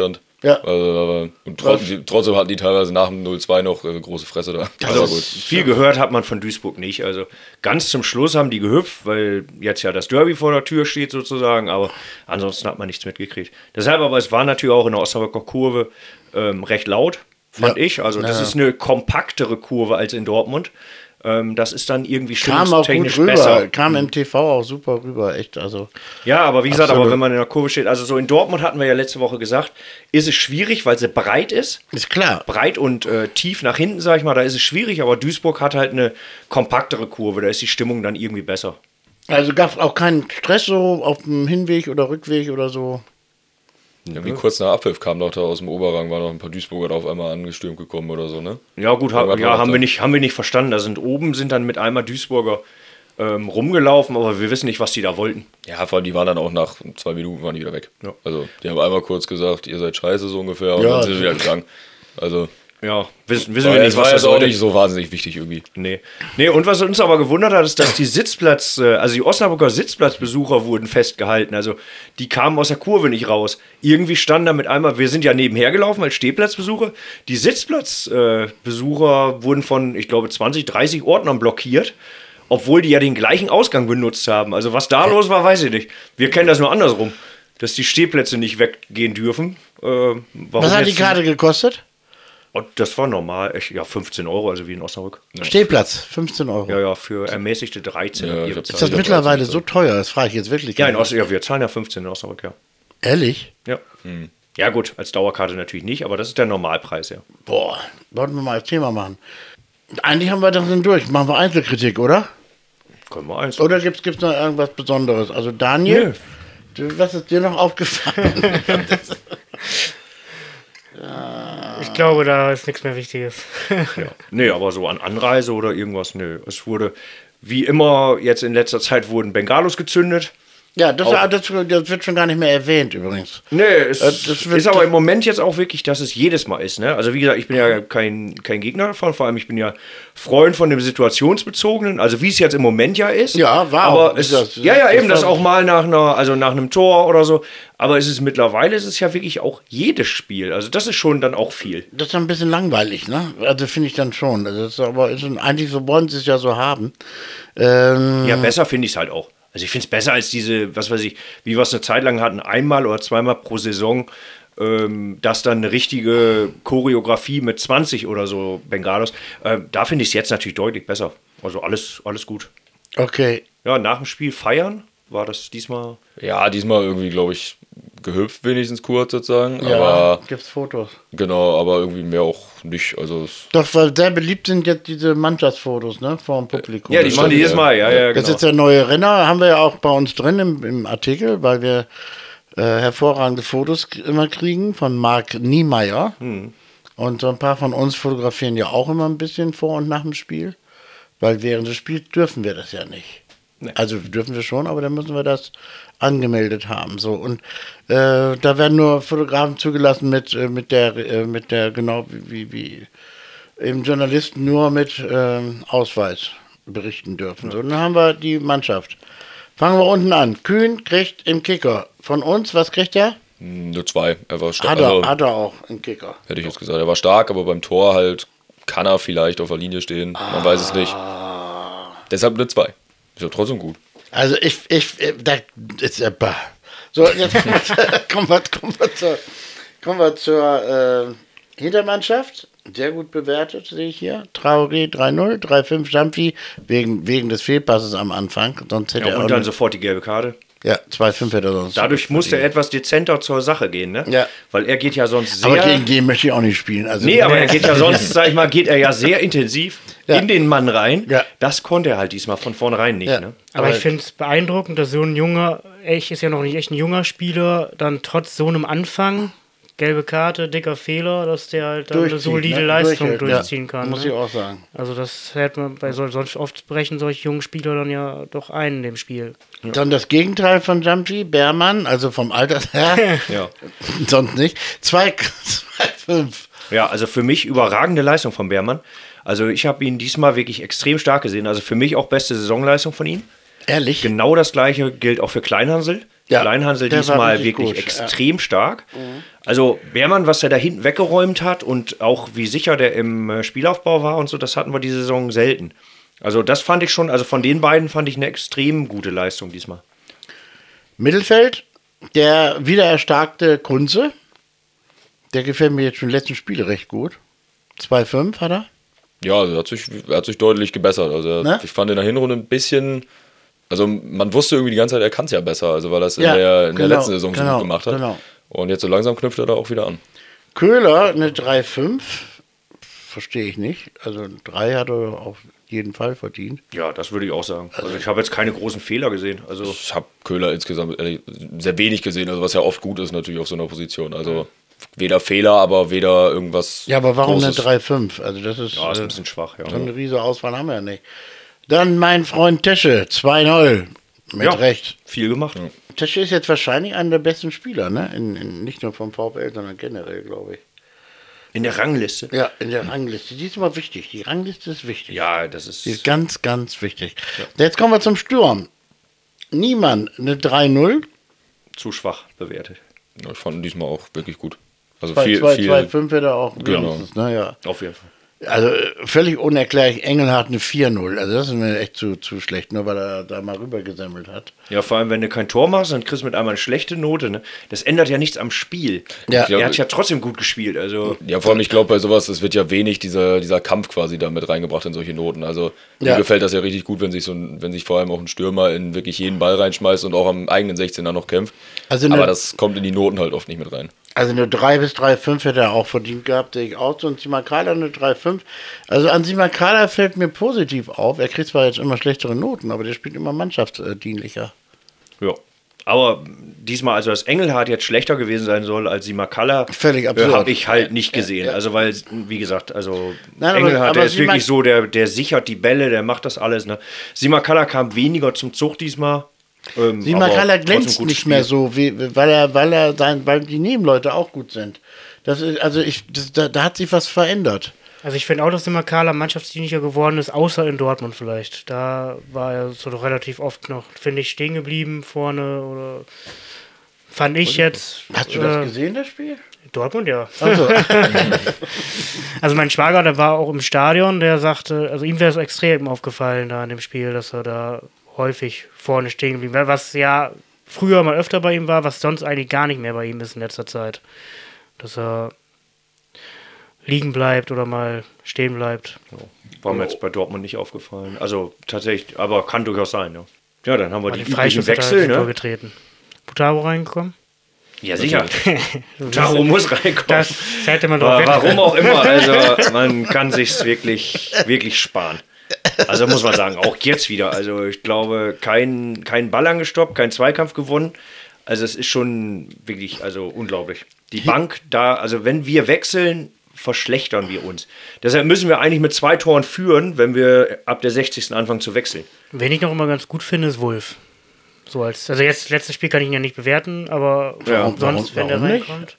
Ja. Und trotzdem hatten die teilweise nach dem 0-2 noch große Fresse da. Also Aber gut. viel gehört hat man von Duisburg nicht. Also ganz zum Schluss haben die gehüpft, weil jetzt ja das Derby vor der Tür steht sozusagen, aber ansonsten hat man nichts mitgekriegt. Deshalb aber, es war natürlich auch in der Osnabrücker Kurve recht laut, fand ich. Also das ist eine kompaktere Kurve als in Dortmund. Das ist dann irgendwie Kam auch gut stimmungstechnisch rüber, besser. kam im TV auch super rüber, echt. Also Ja, aber wie gesagt, Absolut. wenn man in der Kurve steht, also so in Dortmund hatten wir ja letzte Woche gesagt, ist es schwierig, weil sie breit ist. ist klar. Breit und tief nach hinten, sag ich mal, da ist es schwierig, aber Duisburg hat halt eine kompaktere Kurve, da ist die Stimmung dann irgendwie besser. Also gab es auch keinen Stress so auf dem Hinweg oder Rückweg oder so. Ja, wie kurz nach Abpfiff kam noch da aus dem Oberrang, waren noch ein paar Duisburger da auf einmal angestürmt gekommen oder so, ne? Ja gut, haben wir nicht verstanden. Da sind dann mit einmal Duisburger rumgelaufen, aber wir wissen nicht, was die da wollten. Ja, vor allem die waren dann auch nach 2 Minuten waren die wieder weg. Ja. Also die haben einmal kurz gesagt, ihr seid scheiße so ungefähr und Ja, dann sind sie wieder gegangen. Also Ja, wissen wir war nicht, jetzt was das auch sollte. nicht so wahnsinnig wichtig irgendwie. Nee, und was uns aber gewundert hat, ist, dass die Osnabrücker Sitzplatzbesucher wurden festgehalten. Also die kamen aus der Kurve nicht raus. Irgendwie standen da mit einmal, wir sind ja nebenher gelaufen als Stehplatzbesucher. Die Sitzplatzbesucher wurden von, ich glaube, 20, 30 Ordnern blockiert, obwohl die ja den gleichen Ausgang benutzt haben. Also was da los war, weiß ich nicht. Wir kennen das nur andersrum, dass die Stehplätze nicht weggehen dürfen. Warum Was hat die jetzt- Karte gekostet? Und das war normal, echt, ja, 15 €, also wie in Osnabrück. Stehplatz, 15 Euro. Ja, für ermäßigte 13. Ja, ihre ich Zeit. Ist das Ja, mittlerweile 13, so teuer? Das frage ich jetzt wirklich. Ja, wir zahlen ja 15 in Osnabrück, ja. Ehrlich? Ja. Ja, gut, als Dauerkarte natürlich nicht, aber das ist der Normalpreis, ja. Boah, wollten wir mal als Thema machen. Eigentlich haben wir das dann durch. Machen wir Einzelkritik, oder? Können wir eins. Oder gibt's noch irgendwas Besonderes? Also Daniel, was ist dir noch aufgefallen? Ich glaube, da ist nichts mehr Wichtiges. Ja. Nee, aber so an Anreise oder irgendwas, nö. Es wurde, wie immer, jetzt in letzter Zeit wurden Bengalos gezündet. Ja, das wird schon gar nicht mehr erwähnt übrigens. Nee, es das wird- ist aber im Moment jetzt auch wirklich, dass es jedes Mal ist. Ne? Also wie gesagt, ich bin ja kein Gegner davon, vor allem ich bin ja Freund von dem Situationsbezogenen, also wie es jetzt im Moment ja ist. Ja, war aber auch. es, Das- ja, das eben, das war- auch mal nach einem Tor oder so. Aber mittlerweile ist es ja wirklich auch jedes Spiel. Also das ist schon dann auch viel. Das ist ein bisschen langweilig, ne? Also finde ich dann schon. Also das ist aber eigentlich so wollen sie es ja so haben. Ja, besser finde ich es halt auch. Also ich finde es besser als diese, was weiß ich, wie wir es eine Zeit lang hatten, einmal oder zweimal pro Saison, dass dann eine richtige Choreografie mit 20 oder so Bengalos, da finde ich es jetzt natürlich deutlich besser. Also alles gut. Okay. Ja, nach dem Spiel feiern war das diesmal. Ja, diesmal irgendwie, glaube ich, gehüpft wenigstens kurz sozusagen. Ja, Aber gibt's Fotos. genau, aber irgendwie mehr auch nicht. Also Doch, weil sehr beliebt sind jetzt diese Mannschaftsfotos, ne? Vor dem Publikum. Ja, die machen die jedes Mal, ja, Das genau. ist der neue Renner, haben wir ja auch bei uns drin im Artikel, weil wir hervorragende Fotos immer kriegen von Marc Niemeyer. Und so ein paar von uns fotografieren ja auch immer ein bisschen vor und nach dem Spiel. Weil während des Spiels dürfen wir das ja nicht. Also dürfen wir schon, aber dann müssen wir das angemeldet haben. So. Und da werden nur Fotografen zugelassen mit der genau wie eben Journalisten nur mit Ausweis berichten dürfen. So, dann haben wir die Mannschaft. Fangen wir unten an. Kühn kriegt im Kicker. Von uns, was kriegt er? nur 2. Er war stark. Hat er auch im Kicker. Hätte ich jetzt gesagt. Er war stark, aber beim Tor halt kann er vielleicht auf der Linie stehen. Man weiß es nicht. Deshalb eine 2. Ist ja trotzdem gut. Also da ist ja so, jetzt kommen wir zur Hintermannschaft. Sehr gut bewertet, sehe ich hier. Traoré 3-0, 3-5 Jumpy, wegen des Fehlpasses am Anfang. Sonst hätte Ja, er auch und dann nicht, sofort die gelbe Karte. ja, 2-5 hätte er sonst. Dadurch musste er etwas dezenter zur Sache gehen, ne? Ja. Weil er geht ja sonst sehr. aber gegen den möchte ich auch nicht spielen. Also, Nee, aber er geht ja sonst, sag ich mal, geht er ja sehr intensiv Ja. in den Mann rein. Ja. Das konnte er halt diesmal von vornherein nicht. Ja. Ne? Aber ich finde es beeindruckend, dass so ein ist ja noch nicht echt ein junger Spieler, dann trotz so einem Anfang, gelbe Karte, dicker Fehler, dass der halt dann eine Durchzieht, solide ne? Leistung Durchhält, durchziehen ja. kann. Muss ne? ich auch sagen. Also das hätte man sonst oft brechen solche jungen Spieler dann ja doch ein in dem Spiel. Dann das Gegenteil von Jumpy, Beermann, also vom Alter her, Ja. sonst nicht. 2-5. Ja, also für mich überragende Leistung von Beermann. Also ich habe ihn diesmal wirklich extrem stark gesehen. Also für mich auch beste Saisonleistung von ihm. Ehrlich? Genau das gleiche gilt auch für Kleinhansel. Ja, Kleinhansel der war diesmal richtig wirklich gut, extrem stark. Also Beermann, was er da hinten weggeräumt hat und auch wie sicher der im Spielaufbau war und so, das hatten wir diese Saison selten. Also das fand ich schon, also von den beiden fand ich eine extrem gute Leistung diesmal. Mittelfeld, der wieder erstarkte Kunze. Der gefällt mir jetzt schon in den letzten Spiele recht gut. 2,5 hat er. Ja, also er hat sich deutlich gebessert. Also Ne? ich fand in der Hinrunde ein bisschen, also man wusste irgendwie die ganze Zeit, er kann es ja besser, also weil er es Ja, in der genau, letzten Saison so genau, gut gemacht hat. genau. Und jetzt so langsam knüpft er da auch wieder an. Köhler eine 3,5. Verstehe ich nicht. Also 3 hat er auf jeden Fall verdient. Ja, das würde ich auch sagen. Also ich habe jetzt keine großen Fehler gesehen. Also Ich habe Köhler insgesamt sehr wenig gesehen, also was ja oft gut ist natürlich auf so einer Position. Also weder Fehler, aber weder irgendwas Ja, aber warum Großes. eine 3,5? Also das ist, ja, ist ein bisschen schwach, ja. so eine riesige Auswahl haben wir ja nicht. Dann mein Freund Tesche, 2-0. Mit Ja. Recht. Viel gemacht. Tesche ist jetzt wahrscheinlich einer der besten Spieler, ne? Nicht nur vom VfL, sondern generell, glaube ich. In der Rangliste. Ja, in der Rangliste. Die ist immer wichtig. Die Rangliste ist wichtig. Ja, das ist. Die ist ganz, ganz wichtig. Jetzt kommen wir zum Sturm. Niemann, eine 3-0. zu schwach bewertet. Ja, ich fand ihn diesmal auch wirklich gut. Also 2-5 hätte er auch Genau. wenigstens, ne? Ja. Auf jeden Fall. Also völlig unerklärlich. Engelhardt eine 4-0. Also das ist mir echt zu schlecht, nur weil er da mal rübergesammelt hat. Ja, vor allem, wenn du kein Tor machst, dann kriegst du mit einmal eine schlechte Note. Ne? Das ändert ja nichts am Spiel. Ja. Er hat ja trotzdem gut gespielt. Also Ja, vor allem, ich glaube, bei sowas, es wird ja wenig dieser Kampf quasi da mit reingebracht in solche Noten. Also Ja. mir gefällt das ja richtig gut, wenn sich vor allem auch ein Stürmer in wirklich jeden Ball reinschmeißt und auch am eigenen 16er noch kämpft. Also Aber eine- das kommt in die Noten halt oft nicht mit rein. Also eine 3 bis 3,5 hätte er auch verdient gehabt, sehe ich auch so. Und Simakala eine 3,5. Also an Simakala fällt mir positiv auf. Er kriegt zwar jetzt immer schlechtere Noten, aber der spielt immer mannschaftsdienlicher. ja. Aber diesmal, also dass Engelhardt jetzt schlechter gewesen sein soll als Simakala, Völlig absurd. habe ich halt nicht gesehen. ja. Also weil, wie gesagt, also Nein, Engelhardt, aber der ist Simak- wirklich so, der sichert die Bälle, der macht das alles. Ne? Simakala kam weniger zum Zug diesmal. Simakala aber glänzt trotzdem nicht gutes mehr Spiel. so, weil die Nebenleute auch gut sind. Das ist, also da hat sich was verändert. Also ich finde auch, dass immer Kahler mannschaftsdienlicher geworden ist, außer in Dortmund vielleicht. Da war er so doch relativ oft noch, finde ich, stehen geblieben vorne oder fand ich jetzt. Hast du das gesehen, das Spiel? Dortmund, ja. Also, Also mein Schwager, der war auch im Stadion, der sagte, also ihm wäre es extrem aufgefallen da in dem Spiel, dass er da häufig vorne stehen geblieben war, was ja früher mal öfter bei ihm war, was sonst eigentlich gar nicht mehr bei ihm ist in letzter Zeit. Dass er liegen bleibt oder mal stehen bleibt. War mir jetzt bei Dortmund nicht aufgefallen. Also tatsächlich, aber kann durchaus sein, ja. Ja, dann haben wir Bei die den üblichen Freischuss hat er Wechsel, ins Tor ne? getreten. Butaro reingekommen? Ja, sicher. Taro muss reinkommen. Das hätte man doch Warum auch immer, also man kann sich's wirklich, wirklich sparen. Also muss man sagen, auch jetzt wieder. Also ich glaube, kein Ball angestoppt, kein Zweikampf gewonnen. Also es ist schon wirklich, also unglaublich. Die Bank da, also wenn wir wechseln, verschlechtern wir uns. Deshalb müssen wir eigentlich mit 2 Toren führen, wenn wir ab der 60. anfangen zu wechseln. Wen ich noch immer ganz gut finde, ist Wolf. So also jetzt, letztes Spiel kann ich ihn ja nicht bewerten, aber Ja, sonst, wenn der warum nicht? reinkommt.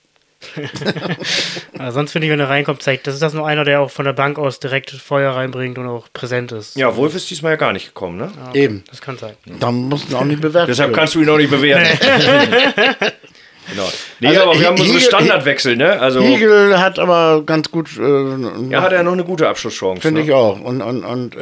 Also sonst finde ich, wenn er reinkommt, zeigt, das ist das nur einer, der auch von der Bank aus direkt Feuer reinbringt und auch präsent ist. Ja, Wolf ist diesmal ja gar nicht gekommen, ne? eben. Das kann sein. Dann mussten wir auch nicht bewerten. Deshalb kannst du ihn auch nicht bewerten. Genau. Nee, Also, aber wir haben unsere Hiegel- Standardwechsel, ne? Also Hiegel hat aber ganz gut, ja, hat er noch eine gute Abschlusschance. finde ne? ich auch. Und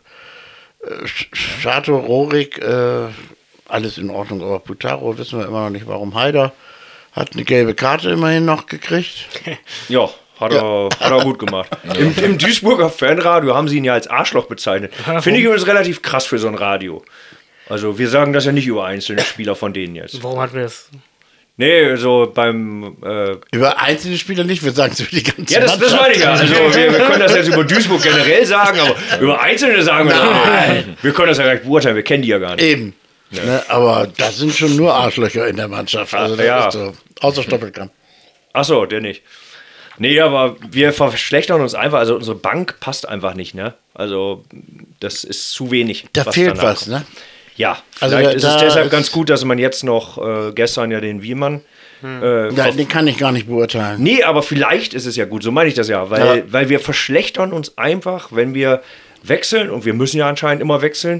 Schato, Rohrig, alles in Ordnung. Aber Butaro wissen wir immer noch nicht, warum. Haider hat eine gelbe Karte immerhin noch gekriegt. Ja, hat er gut gemacht. Im Duisburger Fanradio haben sie ihn ja als Arschloch bezeichnet. Finde ich übrigens relativ krass für so ein Radio. Also wir sagen das ja nicht über einzelne Spieler von denen jetzt. Warum hatten wir das? Nee, so beim... Über einzelne Spieler nicht, wir sagen es über die ganze ja, das meine ich ja. Also wir können das jetzt über Duisburg generell sagen, aber über einzelne sagen wir nein. Wir können das ja gar nicht beurteilen, wir kennen die ja gar nicht. Eben. Ne, aber das sind schon nur Arschlöcher in der Mannschaft. Also das ja. ist so. Außer Stoppelkamp. Achso, der nicht. Nee, aber wir verschlechtern uns einfach, also unsere Bank passt einfach nicht, ne? Also das ist zu wenig. Da fehlt danach was, kommt. ne? Ja, Also vielleicht da- ist es da deshalb ist- ganz gut, dass man jetzt noch gestern ja den Wiemann. Ja, den kann ich gar nicht beurteilen. Nee, aber vielleicht ist es ja gut, so meine ich das ja, Ja. weil wir verschlechtern uns einfach, wenn wir wechseln und wir müssen ja anscheinend immer wechseln.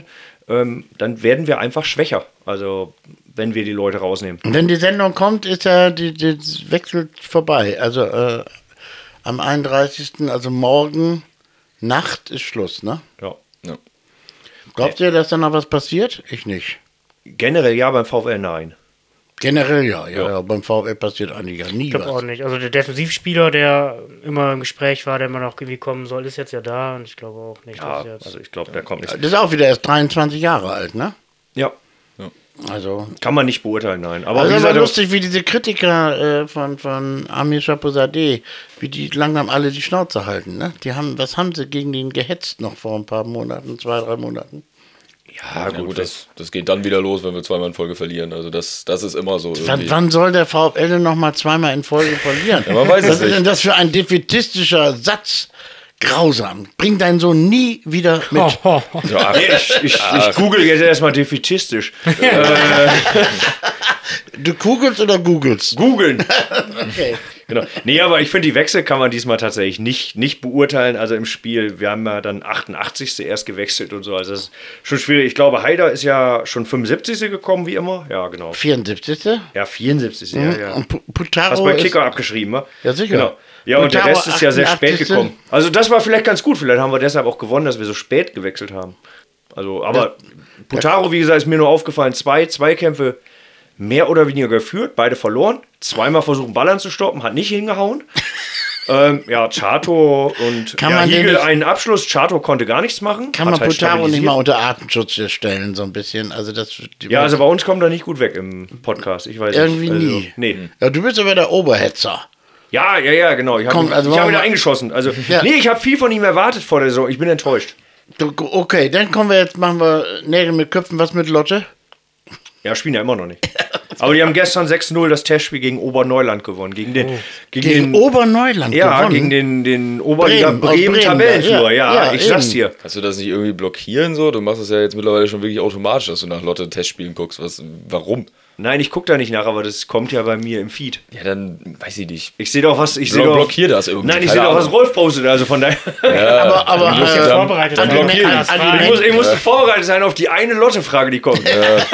dann werden wir einfach schwächer. Also, wenn wir die Leute rausnehmen. Wenn die Sendung kommt, ist ja die wechselt vorbei. Also am 31., also morgen Nacht ist Schluss, ne? Ja. Glaubt ihr, dass da noch was passiert? Ich nicht. Generell ja, beim VfL nein. Generell ja. Beim VfL passiert eigentlich ja nie Ich glaube was. auch nicht. Also der Defensivspieler, der immer im Gespräch war, der immer noch irgendwie kommen soll, ist jetzt ja da und ich glaube auch nicht, Ja, dass jetzt... also ich glaube, der kommt nicht. Das ist auch wieder erst 23 Jahre alt, ne? Ja, Also kann man nicht beurteilen, nein. Aber also wie ist gesagt, aber lustig, wie diese Kritiker von Amir Chapouzadeh, wie die langsam alle die Schnauze halten. Ne? Was haben sie gegen den gehetzt noch vor ein paar Monaten, 2-3 Monaten? ja, Ja, gut, gut, das geht dann wieder los, wenn wir zweimal in Folge verlieren. Also das ist immer so. Wann soll der VfL denn noch mal zweimal in Folge verlieren? Ja, man weiß es Was ist nicht. denn das für ein defetistischer Satz? Grausam. Bring deinen Sohn nie wieder mit. Ja, ich google jetzt erstmal defetistisch. Du kugelst oder googelst? Googeln. Okay. Genau. Nee, aber ich finde, die Wechsel kann man diesmal tatsächlich nicht beurteilen. Also im Spiel, wir haben ja dann 88. erst gewechselt und so. Also das ist schon schwierig. Ich glaube, Haider ist ja schon 75. gekommen, wie immer. Ja, genau. 74. Ja, 74. Ja. Und Putaro Hast du bei ist- Kicker abgeschrieben, wa? Ja, sicher. Genau. Ja, und der Putaro Rest ist ja sehr spät 88.. gekommen. Also das war vielleicht ganz gut. Vielleicht haben wir deshalb auch gewonnen, dass wir so spät gewechselt haben. Also, aber Putaro, wie gesagt, ist mir nur aufgefallen, zwei Kämpfe mehr oder weniger geführt, beide verloren. Zweimal versuchen, Ballern zu stoppen, hat nicht hingehauen. Ja, Chato und Kann man den Hiegel nicht- einen Abschluss. Chato konnte gar nichts machen. Kann hat man halt Putaro nicht stabilisiert. mal unter Artenschutz stellen, so ein bisschen? Also das, Ja, also bei uns kommt er nicht gut weg im Podcast. Ich weiß irgendwie nicht. Also, nie. Nee. Ja, du bist aber der Oberhetzer. Ja, genau. Ich habe Komm, also hab wollen ihn da wir- eingeschossen. Also, Ja. nee, ich habe viel von ihm erwartet vor der Saison. Ich bin enttäuscht. Okay, dann machen wir Nägel mit Köpfen. Was mit Lotte? Ja, spielen ja immer noch nicht. Aber die haben gestern 6-0 das Testspiel gegen Oberneuland gewonnen. Gegen Gegen den Oberneuland Ja, gewonnen. gegen den Bremen, aus Bremen Bremen, Tabellenführer. ja, Ja, ja, ich sag's eben. dir. Kannst du das nicht irgendwie blockieren so? Du machst es ja jetzt mittlerweile schon wirklich automatisch, dass du nach Lotte-Testspielen guckst. Warum? Nein, ich gucke da nicht nach, aber das kommt ja bei mir im Feed. Ja, dann weiß ich nicht. Ich sehe doch was. Ich sehe doch. Blockier das irgendwie. Nein, ich keine sehe doch, was Ahnung. Rolf postet. Also von daher. aber Du bist ja vorbereitet. dann Also, blockier das ihn. war- Ich musste vorbereitet sein auf die eine Lotte-Frage, die kommt.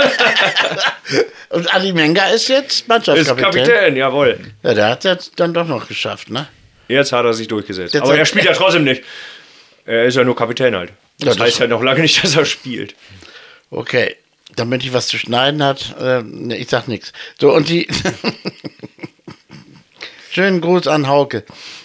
Und Adi Menga ist jetzt Ist Mannschaftskapitän. Kapitän, jawohl. Ja, der hat es dann doch noch geschafft, ne? Jetzt hat er sich durchgesetzt. Jetzt Aber hat- er spielt ja trotzdem nicht. Er ist ja nur Kapitän halt. Ja, Das das- heißt ja noch lange nicht, dass er spielt. Okay. Damit ich was zu schneiden hat, ne, ich sag nichts. So, und die. Schönen Gruß an Hauke.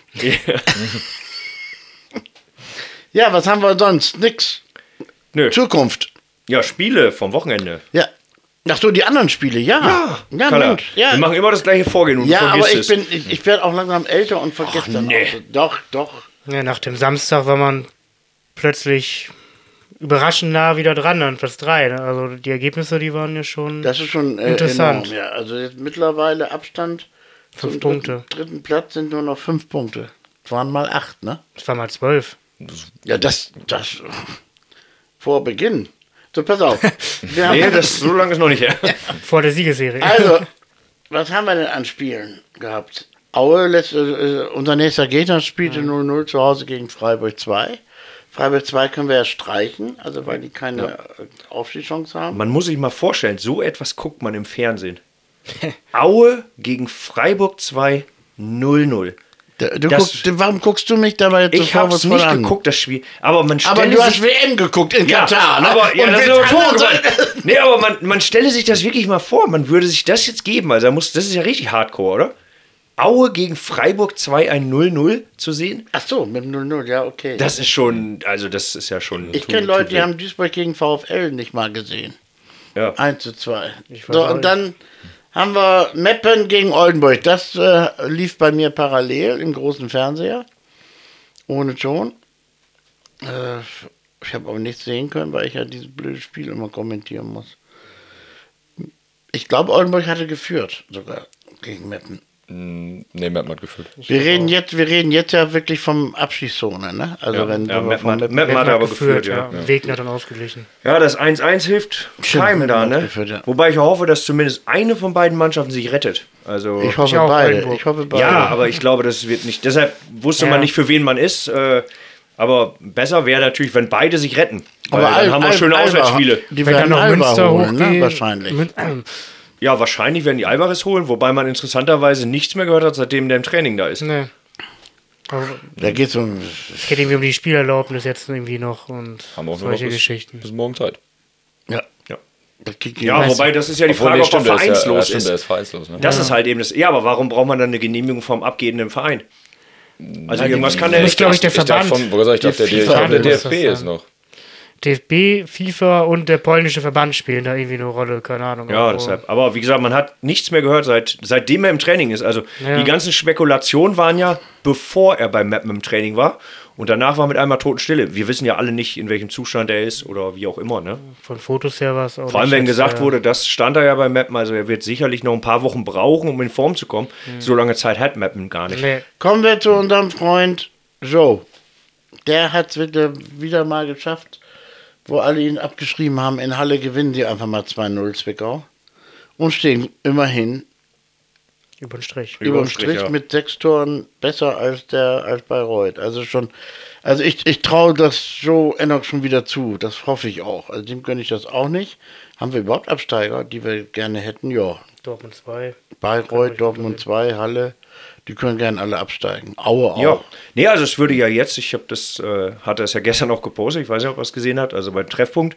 Ja, was haben wir sonst? Nix. Nö. Zukunft. Ja, Spiele vom Wochenende. Ja. Ach so, die anderen Spiele, ja. Ja, Klar. Mensch. Ja, Wir machen immer das gleiche Vorgehen und ja du aber vergisst ich werde auch langsam älter und vergesse dann nee. auch. So. Doch. Ja, nach dem Samstag war man plötzlich überraschend nah wieder dran an Platz 3. Ne? Also die Ergebnisse, die waren ja schon Das ist schon Interessant. enorm. Ja. Also jetzt mittlerweile Abstand 5 zum Punkte. Dritten Platz sind nur noch 5 Punkte. Es waren mal 8, ne? Das war mal 12. Ja, das vor Beginn. So, pass auf. Wir haben, Nee, so lange ist noch nicht her. Vor der Siegesserie. also, was haben wir denn an Spielen gehabt? Aue, unser nächster Gegner spielte 0-0 zu Hause gegen Freiburg 2. Freiburg 2 können wir ja streichen, also weil die keine Aufstiegschance haben. Man muss sich mal vorstellen, so etwas guckt man im Fernsehen. Aue gegen Freiburg 2, 0-0. Warum guckst du mich dabei jetzt so Ich habe es vorwurfsvoll nicht an? geguckt, das Spiel. Aber man Aber stelle du hast sich... WM geguckt in Ja, Katar, ne? aber ja, Und das ist willst aber Tor anderen gemacht. Nee, aber man stelle sich das wirklich mal vor. Man würde sich das jetzt geben. Also das ist ja richtig hardcore, oder? Aue gegen Freiburg 2, ein 0-0 zu sehen. Ach so, mit 0-0, ja, okay. Das ist schon, also das ist ja schon... Ich kenne Leute, die haben Duisburg gegen VfL nicht mal gesehen. Ja. 1:2. Ich weiß So, auch und dann haben wir Meppen gegen Oldenburg. Das lief bei mir parallel im großen Fernseher. Ohne Ton. Ich habe aber nichts sehen können, weil ich ja dieses blöde Spiel immer kommentieren muss. Ich glaube, Oldenburg hatte geführt, sogar gegen Meppen. Nee, Matt hat gefühlt. Wir reden jetzt ja wirklich vom Abschießzone, ne? Also wenn ja, wir von Meppen hat aber geführt, ja. Wegner dann ausgeglichen. Ja, das 1-1 hilft keinem da, ne? geführt, ja. Wobei ich hoffe, dass zumindest eine von beiden Mannschaften sich rettet. Also ich hoffe Ich auch, beide. Oldenburg. Ich hoffe beide. ja, aber ich glaube, das wird nicht. Deshalb wusste Ja. man nicht, für wen man ist. Aber besser wäre natürlich, wenn beide sich retten. Weil dann haben wir schöne Auswärtsspiele. Die Wenn werden dann noch Alba Münster holen, ne? hochgehen. Wahrscheinlich. Ja, wahrscheinlich werden die Alvarez holen, wobei man interessanterweise nichts mehr gehört hat, seitdem der im Training da ist. Nee. Aber Da geht es um. es geht irgendwie um die Spielerlaubnis jetzt irgendwie noch und Haben wir auch nur noch solche Geschichten. bis morgen Zeit. Ja. Ja. Das geht Ja, gegen- wobei das ist ja die Obwohl, Frage, nee, ob er stimmt, der ist ja- vereinslos stimmt, ist. der ist vereinslos, ne? Das ist halt eben das. Ja, aber warum braucht man dann eine Genehmigung vom abgebenden Verein? Also irgendwas kann der muss, nicht. glaube ich, der Ich darf Verband. ich darf der FIFA der muss das DFB ist sein. noch. DFB, FIFA und der polnische Verband spielen da irgendwie eine Rolle, keine Ahnung. Ja, Obwohl- deshalb. Aber wie gesagt, man hat nichts mehr gehört, seitdem er im Training ist. Also Ja. die ganzen Spekulationen waren ja, bevor er beim Mappen im Training war. Und danach war mit einmal Totenstille. Wir wissen ja alle nicht, in welchem Zustand er ist oder wie auch immer. Ne? Von Fotos her war es auch. Vor allem, nicht wenn jetzt, gesagt wurde, das stand er ja beim Mappen. Also er wird sicherlich noch ein paar Wochen brauchen, um in Form zu kommen. So lange Zeit hat Mappen gar nicht. Nee, Kommen wir zu unserem Freund Joe. Der hat es wieder mal geschafft, wo alle ihn abgeschrieben haben. In Halle gewinnen sie einfach mal 2-0 Zwickau und stehen immerhin über den Strich. Über über den dem Strich, Strich ja. mit 6 Toren besser als Bayreuth. Also ich traue das Joe Enoch schon wieder zu. Das hoffe ich auch. Also dem gönne ich das auch nicht. Haben wir überhaupt Absteiger, die wir gerne hätten? Ja. Dortmund 2. Bayreuth, Dortmund 2, Halle, die können gerne alle absteigen. Aue auch. Ja, nee, also es würde ja jetzt, ich habe das, hatte es ja gestern auch gepostet, ich weiß nicht, ob er es gesehen hat, also beim Treffpunkt,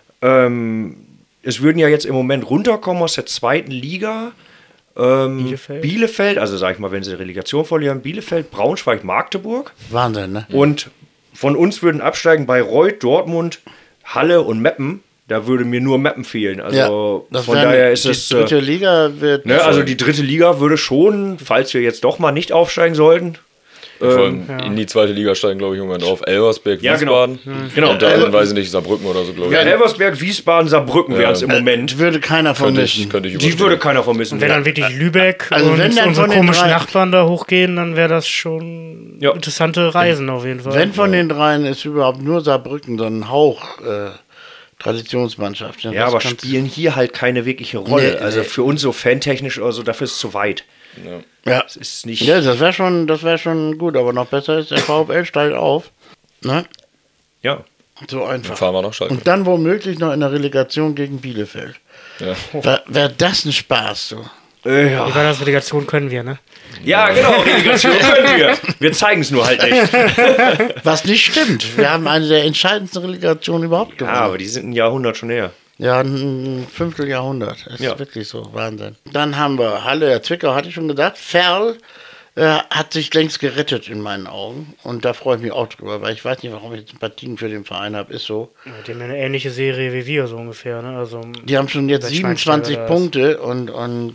es würden ja jetzt im Moment runterkommen aus der zweiten Liga, Bielefeld, also sag ich mal, wenn sie Relegation verlieren, Bielefeld, Braunschweig, Magdeburg Wahnsinn, ne? und von uns würden absteigen Bayreuth, Dortmund, Halle und Meppen. Da würde mir nur Meppen fehlen. Also von daher ist die es. dritte Liga wird. Ne, also die dritte Liga würde schon, falls wir jetzt doch mal nicht aufsteigen sollten. Vor allem in die zweite Liga steigen, glaube ich, irgendwann auf Elversberg, Ja, genau. Wiesbaden. Genau. Und dann, weiß ich nicht, Saarbrücken oder so, glaube ich. Ja, Elversberg, Wiesbaden, Saarbrücken wären es im Moment. würde keiner vermissen. Könnte ich Die überstehen. würde keiner vermissen. Wenn dann wirklich Lübeck Also und wenn dann unsere von den komischen drei- Nachbarn da hochgehen, dann wäre das schon Ja. interessante Reisen auf jeden Fall. Wenn von den dreien ist überhaupt nur Saarbrücken so ein Hauch Traditionsmannschaft. Ja, aber spielen hier halt keine wirkliche Rolle. Nee, Also nee. für uns so fantechnisch oder so, dafür ist es zu weit. Ja. Es ist nicht. Ja, das wäre schon gut, aber noch besser ist, der VfL steigt auf. Ne? Ja. So Dann einfach. fahren wir nach Schalke. Und dann womöglich noch in der Relegation gegen Bielefeld. Ja. Wäre das ein Spaß, so. Die Weihnachtsrelegation können wir, ne? Ja, genau, Relegation können wir. Wir zeigen es nur halt nicht. Was nicht stimmt. Wir haben eine der entscheidendsten Relegationen überhaupt Ja, gewonnen. aber die sind ein Jahrhundert schon her. Ja, ein Vierteljahrhundert. Das Ja. ist wirklich so. Wahnsinn. Dann haben wir Halle, Zwickau, hatte ich schon gesagt. Ferl hat sich längst gerettet in meinen Augen. Und da freue ich mich auch drüber, weil ich weiß nicht, warum ich jetzt Sympathien für den Verein habe. Ist so. Die haben ja eine ähnliche Serie wie wir, so ungefähr, ne? Also, Die haben schon jetzt Seit 27 Schweinsteiger da Punkte und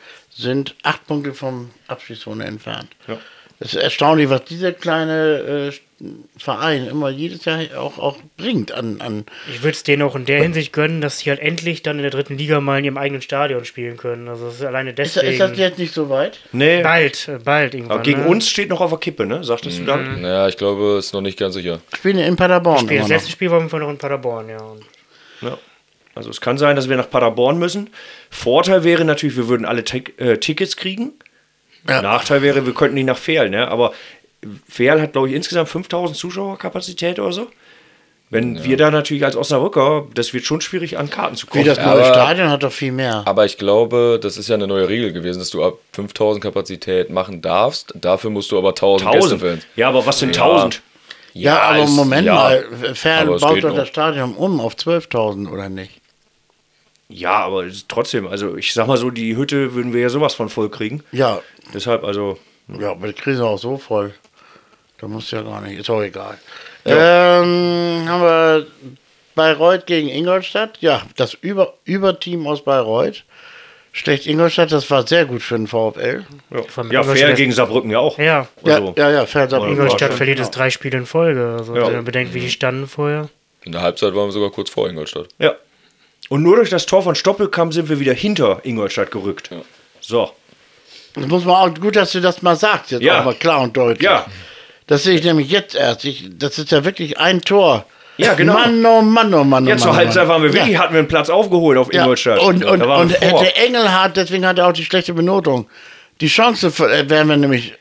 sind 8 Punkte vom Abschießzone entfernt. Ja. Es ist erstaunlich, was dieser kleine Verein immer jedes Jahr auch bringt an ich würde es denen auch in der Hinsicht gönnen, dass sie halt endlich dann in der dritten Liga mal in ihrem eigenen Stadion spielen können. Also das ist alleine ist deswegen. das jetzt nicht so weit? Nee. bald irgendwann. Aber gegen ne? uns steht noch auf der Kippe, ne? Sagtest du dann? Naja, ich glaube, ist noch nicht ganz sicher. Spielen in Paderborn Das immer noch. letzte Spiel war auf jeden Fall noch in Paderborn, ja. Und Ja. Also es kann sein, dass wir nach Paderborn müssen. Vorteil wäre natürlich, wir würden alle Tickets kriegen. Ja. Nachteil wäre, wir könnten nicht nach Ferl, ne? Aber Ferl hat, glaube ich, insgesamt 5000 Zuschauerkapazität oder so. Wenn wir da natürlich als Osnabrücker, das wird schon schwierig, an Karten zu Wie kommen. das neue Aber- Stadion hat doch viel mehr. Aber ich glaube, das ist ja eine neue Regel gewesen, dass du ab 5000 Kapazität machen darfst. Dafür musst du aber 1000 Gästefans. Ja, aber was sind Ja. 1000? Ja, aber ist- Moment ja, mal, Ferl aber es baut geht doch noch. das Stadion auf 12.000 oder nicht? Ja, aber es ist trotzdem, also ich sag mal so, die Hütte würden wir ja sowas von voll kriegen. Ja, Deshalb, also, ja, aber die Krise auch so voll. Da muss ja gar nicht, ist auch egal. Haben wir Bayreuth gegen Ingolstadt. Ja, das Überteam aus Bayreuth. Schlecht Ingolstadt, das war sehr gut für den VfL. Vor allem ja, Ferl Ingolstadt- gegen Saarbrücken ja auch. Ja, Also, Ja, Ferl Ingolstadt schon, verliert jetzt 3 Spiele in Folge. Also, Ja. wenn man bedenkt, wie die standen vorher. In der Halbzeit waren wir sogar kurz vor Ingolstadt. Ja. Und nur durch das Tor von Stoppelkamp sind wir wieder hinter Ingolstadt gerückt. So. Das muss man auch, gut, dass du das mal sagst, jetzt Ja. auch mal klar und deutlich. Ja. Das sehe ich nämlich jetzt erst. Das ist ja wirklich ein Tor. Ja, genau. Mann, oh Mann, oh Mann, oh Ja, zur Mann, Halbzeit waren wir Ja. wirklich, hatten wir einen Platz aufgeholt auf Ja, Ingolstadt. und Da waren wir vor. hätte Engelhardt, deswegen hat er auch die schlechte Benotung. Die Chance wären wir nämlich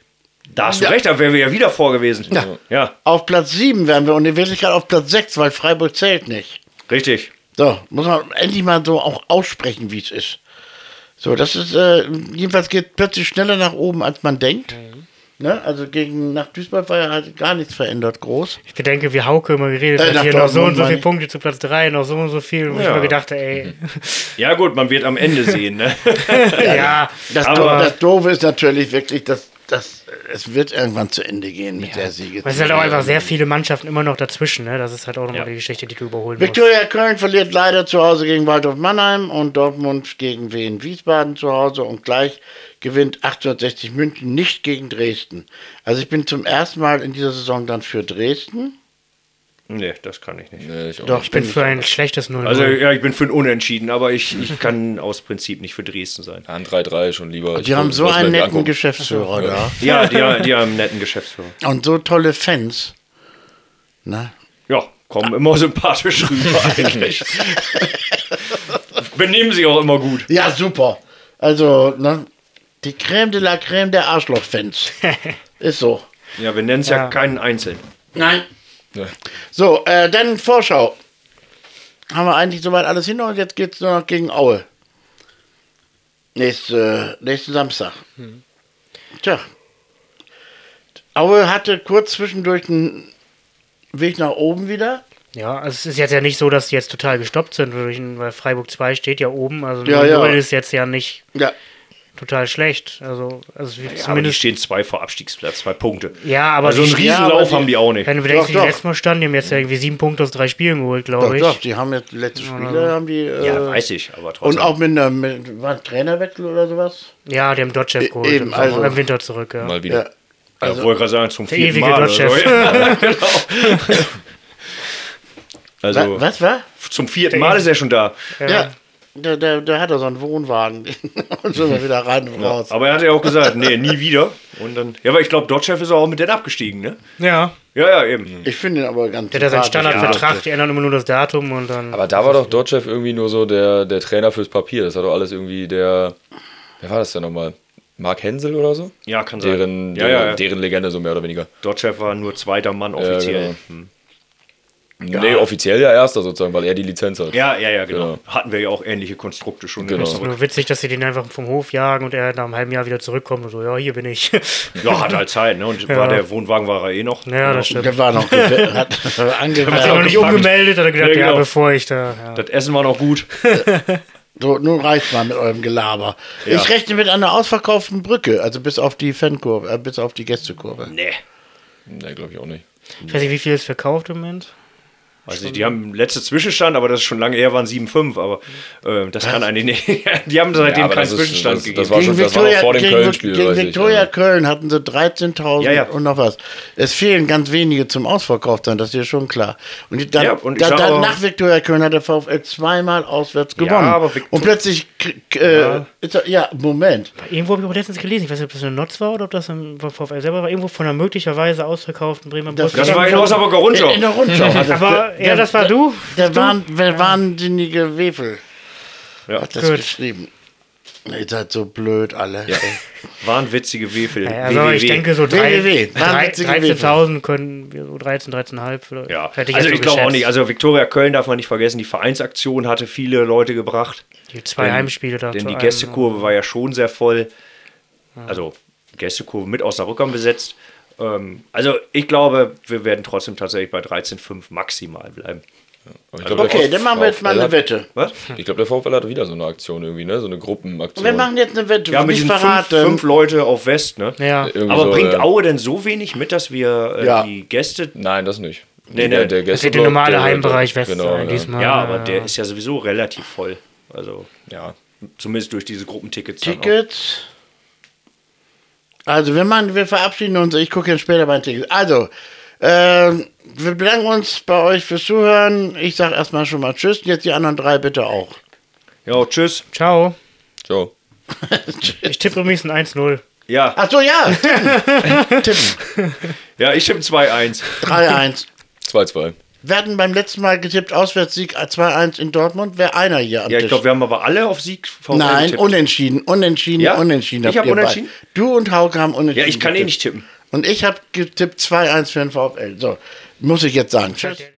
Da hast du recht, da wären wir ja wieder vor gewesen. Ja, Auf Platz 7 wären wir und in Wirklichkeit auf Platz 6, weil Freiburg zählt nicht. richtig. So, muss man endlich mal so auch aussprechen, wie es ist. So, das ist, jedenfalls geht plötzlich schneller nach oben, als man denkt. Ne? Also nach Duisburg war ja halt gar nichts verändert, groß. Ich bedenke, wie Hauke immer geredet hat, nach hier noch so Dortmund und so meine viele ich. Punkte zu Platz 3, noch so und so viel. Und ich Ja. mir gedacht, ey, Ja gut, man wird am Ende sehen, ne? ja, Das Doofe ist natürlich wirklich, dass es wird irgendwann zu Ende gehen mit der Siege. es sind halt auch einfach sehr viele Mannschaften immer noch dazwischen. Ne? Das ist halt auch nochmal Ja. die Geschichte, die du überholen musst. Viktoria Köln verliert leider zu Hause gegen Waldhof Mannheim und Dortmund gegen Wien Wiesbaden zu Hause und gleich gewinnt 1860 München nicht gegen Dresden. Also ich bin zum ersten Mal in dieser Saison dann für Dresden. Nee, das kann ich nicht. Nee, ich auch Doch, nicht. Ich bin für ein schlechtes 0-0. Also ja, ich bin für ein Unentschieden, aber ich kann aus Prinzip nicht für Dresden sein. Ein 3-3 schon lieber. Die haben so muss man einen mir netten angucken. Geschäftsführer da Ja, die haben einen netten Geschäftsführer. und so tolle Fans. Na? Ja, kommen immer sympathisch rüber eigentlich. Benehmen sich auch immer gut. Ja, super. Also, ne? Die Crème de la Crème der Arschloch-Fans. Ist so. Ja, wir nennen es ja Ja. keinen Einzelnen. Nein. Ja. So, dann Vorschau. Haben wir eigentlich soweit alles hin und jetzt geht es nur noch gegen Aue. Nächsten Samstag. Tja. Aue hatte kurz zwischendurch einen Weg nach oben wieder. Ja, also es ist jetzt ja nicht so, dass die jetzt total gestoppt sind, weil Freiburg 2 steht ja oben. Also Ja, 0 ja. ist jetzt ja nicht Ja. total schlecht. Also Ja, aber die zumindest. stehen 2 vor Abstiegsplatz, 2 Punkte. Ja, aber Also einen die- Riesenlauf aber die- haben die auch nicht. Wenn du bedenkst, Doch, wie die doch. letztes Mal standen, die haben jetzt ja irgendwie 7 Punkte aus 3 Spielen geholt, Doch, glaube ich. doch, die haben jetzt letzte Spiele, haben die. Ja, weiß ich, aber Und trotzdem. auch mit war ein Trainerwechsel oder sowas? Ja, die haben Dodgev geholt eben, im, Sommer, also- im Winter zurück. Ja. Mal wieder. Ja. Ja, wollte gerade sagen, zum Der 4. ewige Mal. Dodge-Chef. Oder so. Ja, genau. Also, Was war? zum 4. Mal ist er schon da. Ja. Der hat da so einen Wohnwagen. Und so wieder rein und raus. Aber er hat ja auch gesagt, nee, nie wieder. Und dann, ja, aber ich glaube, Dodge-Chef ist auch mit denen abgestiegen, ne? Ja, Ja, eben. Ich finde ihn aber ganz der hat ja seinen sympathisch. Standardvertrag, die ändern immer nur das Datum und dann. Aber da war doch Dodgev irgendwie nur so der Trainer fürs Papier. Das war doch alles irgendwie wer war das denn nochmal? Mark Hensel oder so? Ja, kann sein. Ja. Deren Legende, so mehr oder weniger. Dodge-Chef war nur zweiter Mann offiziell. genau. Nee, offiziell ja erster sozusagen, weil er die Lizenz hat. Ja, genau. Genau. Hatten wir ja auch ähnliche Konstrukte schon. Genau. ist nur witzig, dass sie den einfach vom Hof jagen und er nach einem halben Jahr wieder zurückkommt und so, ja, hier bin ich. Ja, hat halt Zeit, ne? Und der Wohnwagen war er eh noch. Ja, das stimmt. Der war noch hat Hat sich angemeldet. noch nicht gepackt. umgemeldet, hat er gedacht, Ja, genau. ja, bevor ich da. Ja. Das Essen war noch gut. So, nun reicht's mal mit eurem Gelaber. Ja. Ich rechne mit einer ausverkauften Brücke, also bis auf die Fankurve, bis auf die Gästekurve. Nee. Nee, glaube ich auch nicht. Ich weiß nicht, wie viel ist verkauft im Moment. Also die haben letzte Zwischenstand, aber das ist schon lange her, waren 7,5, aber das kann eigentlich nicht. Die haben seitdem aber keinen das ist- Zwischenstand das- gegeben. das war schon- noch vor dem Köln-Spiel, gegen weiß ich, Viktoria ja. Köln hatten sie 13.000 Ja. und noch was. Es fehlen ganz wenige zum Ausverkauf sein, das ist dir schon klar. Und, dann, Ja, und ich sag dann auch- nach Viktoria Köln hat der VfL zweimal auswärts gewonnen. aber und plötzlich, ist er, Moment. Irgendwo habe ich auch letztens gelesen, ich weiß nicht, ob das eine Notz war oder ob das im VfL selber war, irgendwo von einer möglicherweise ausverkauften Bremer Das Das war in der Osnabrücker Rundschau. In der Rundschau. hat Aber, ja, das war du? Der wahnsinnige Wefel Ja. hat das Gut. geschrieben. Ihr seid so blöd alle. Ja. Waren witzige Wefel. Ja, also ich denke so WWW, wahnwitzige 13.000 können wir so 13, 13,5 vielleicht. Ja, Hätte also jetzt ich so glaube auch geschätzt. nicht. Also Viktoria Köln darf man nicht vergessen, die Vereinsaktion hatte viele Leute gebracht. Die 2 Heimspiele da. Denn zu die einem, Gästekurve war ja schon sehr voll. Also Gästekurve mit Osnabrückern besetzt. Also ich glaube, wir werden trotzdem tatsächlich bei 13,5 maximal bleiben. Aber ich glaub, Okay, der dann machen wir jetzt mal eine VfL Wette. Was? Ich glaube, der VfL hat wieder so eine Aktion irgendwie, ne? So eine Gruppenaktion. Wir machen jetzt eine Wette. Ja, mit nicht diesen verraten. fünf Leute auf West, ne? Ja. Irgendwie Aber so, bringt Aue denn so wenig mit, dass wir Ja. die Gäste... Nein, das nicht. Nee, Der nee. Das wird der Gästeblock, normale Heimbereich West genau, sein ja. diesmal. Ja, aber der ist ja sowieso relativ voll. Also Ja. zumindest durch diese Gruppentickets. dann auch. Tickets. Also, wir verabschieden uns. Ich gucke jetzt später bei den Tickets. Also, wir bedanken uns bei euch fürs Zuhören. Ich sage erstmal schon mal Tschüss. Und jetzt die anderen 3 bitte auch. Ja, tschüss. Ciao. Ciao. Ich tippe übrigens ein 1-0. Ja, Ach so, ja. Tippen. ja ich tippe 2-1. 3-1. 2-2. Wir hatten beim letzten Mal getippt, Auswärtssieg 2-1 in Dortmund. Wäre einer hier am Ja, Tisch. ich glaube, wir haben aber alle auf Sieg VfL Nein, getippt. unentschieden. Ja? Unentschieden. Ich hab habt ihr unentschieden? Du und Hauke haben unentschieden. Ja, ich kann getippt. nicht tippen. Und ich habe getippt 2-1 für den VfL. So, muss ich jetzt sagen. Tschüss.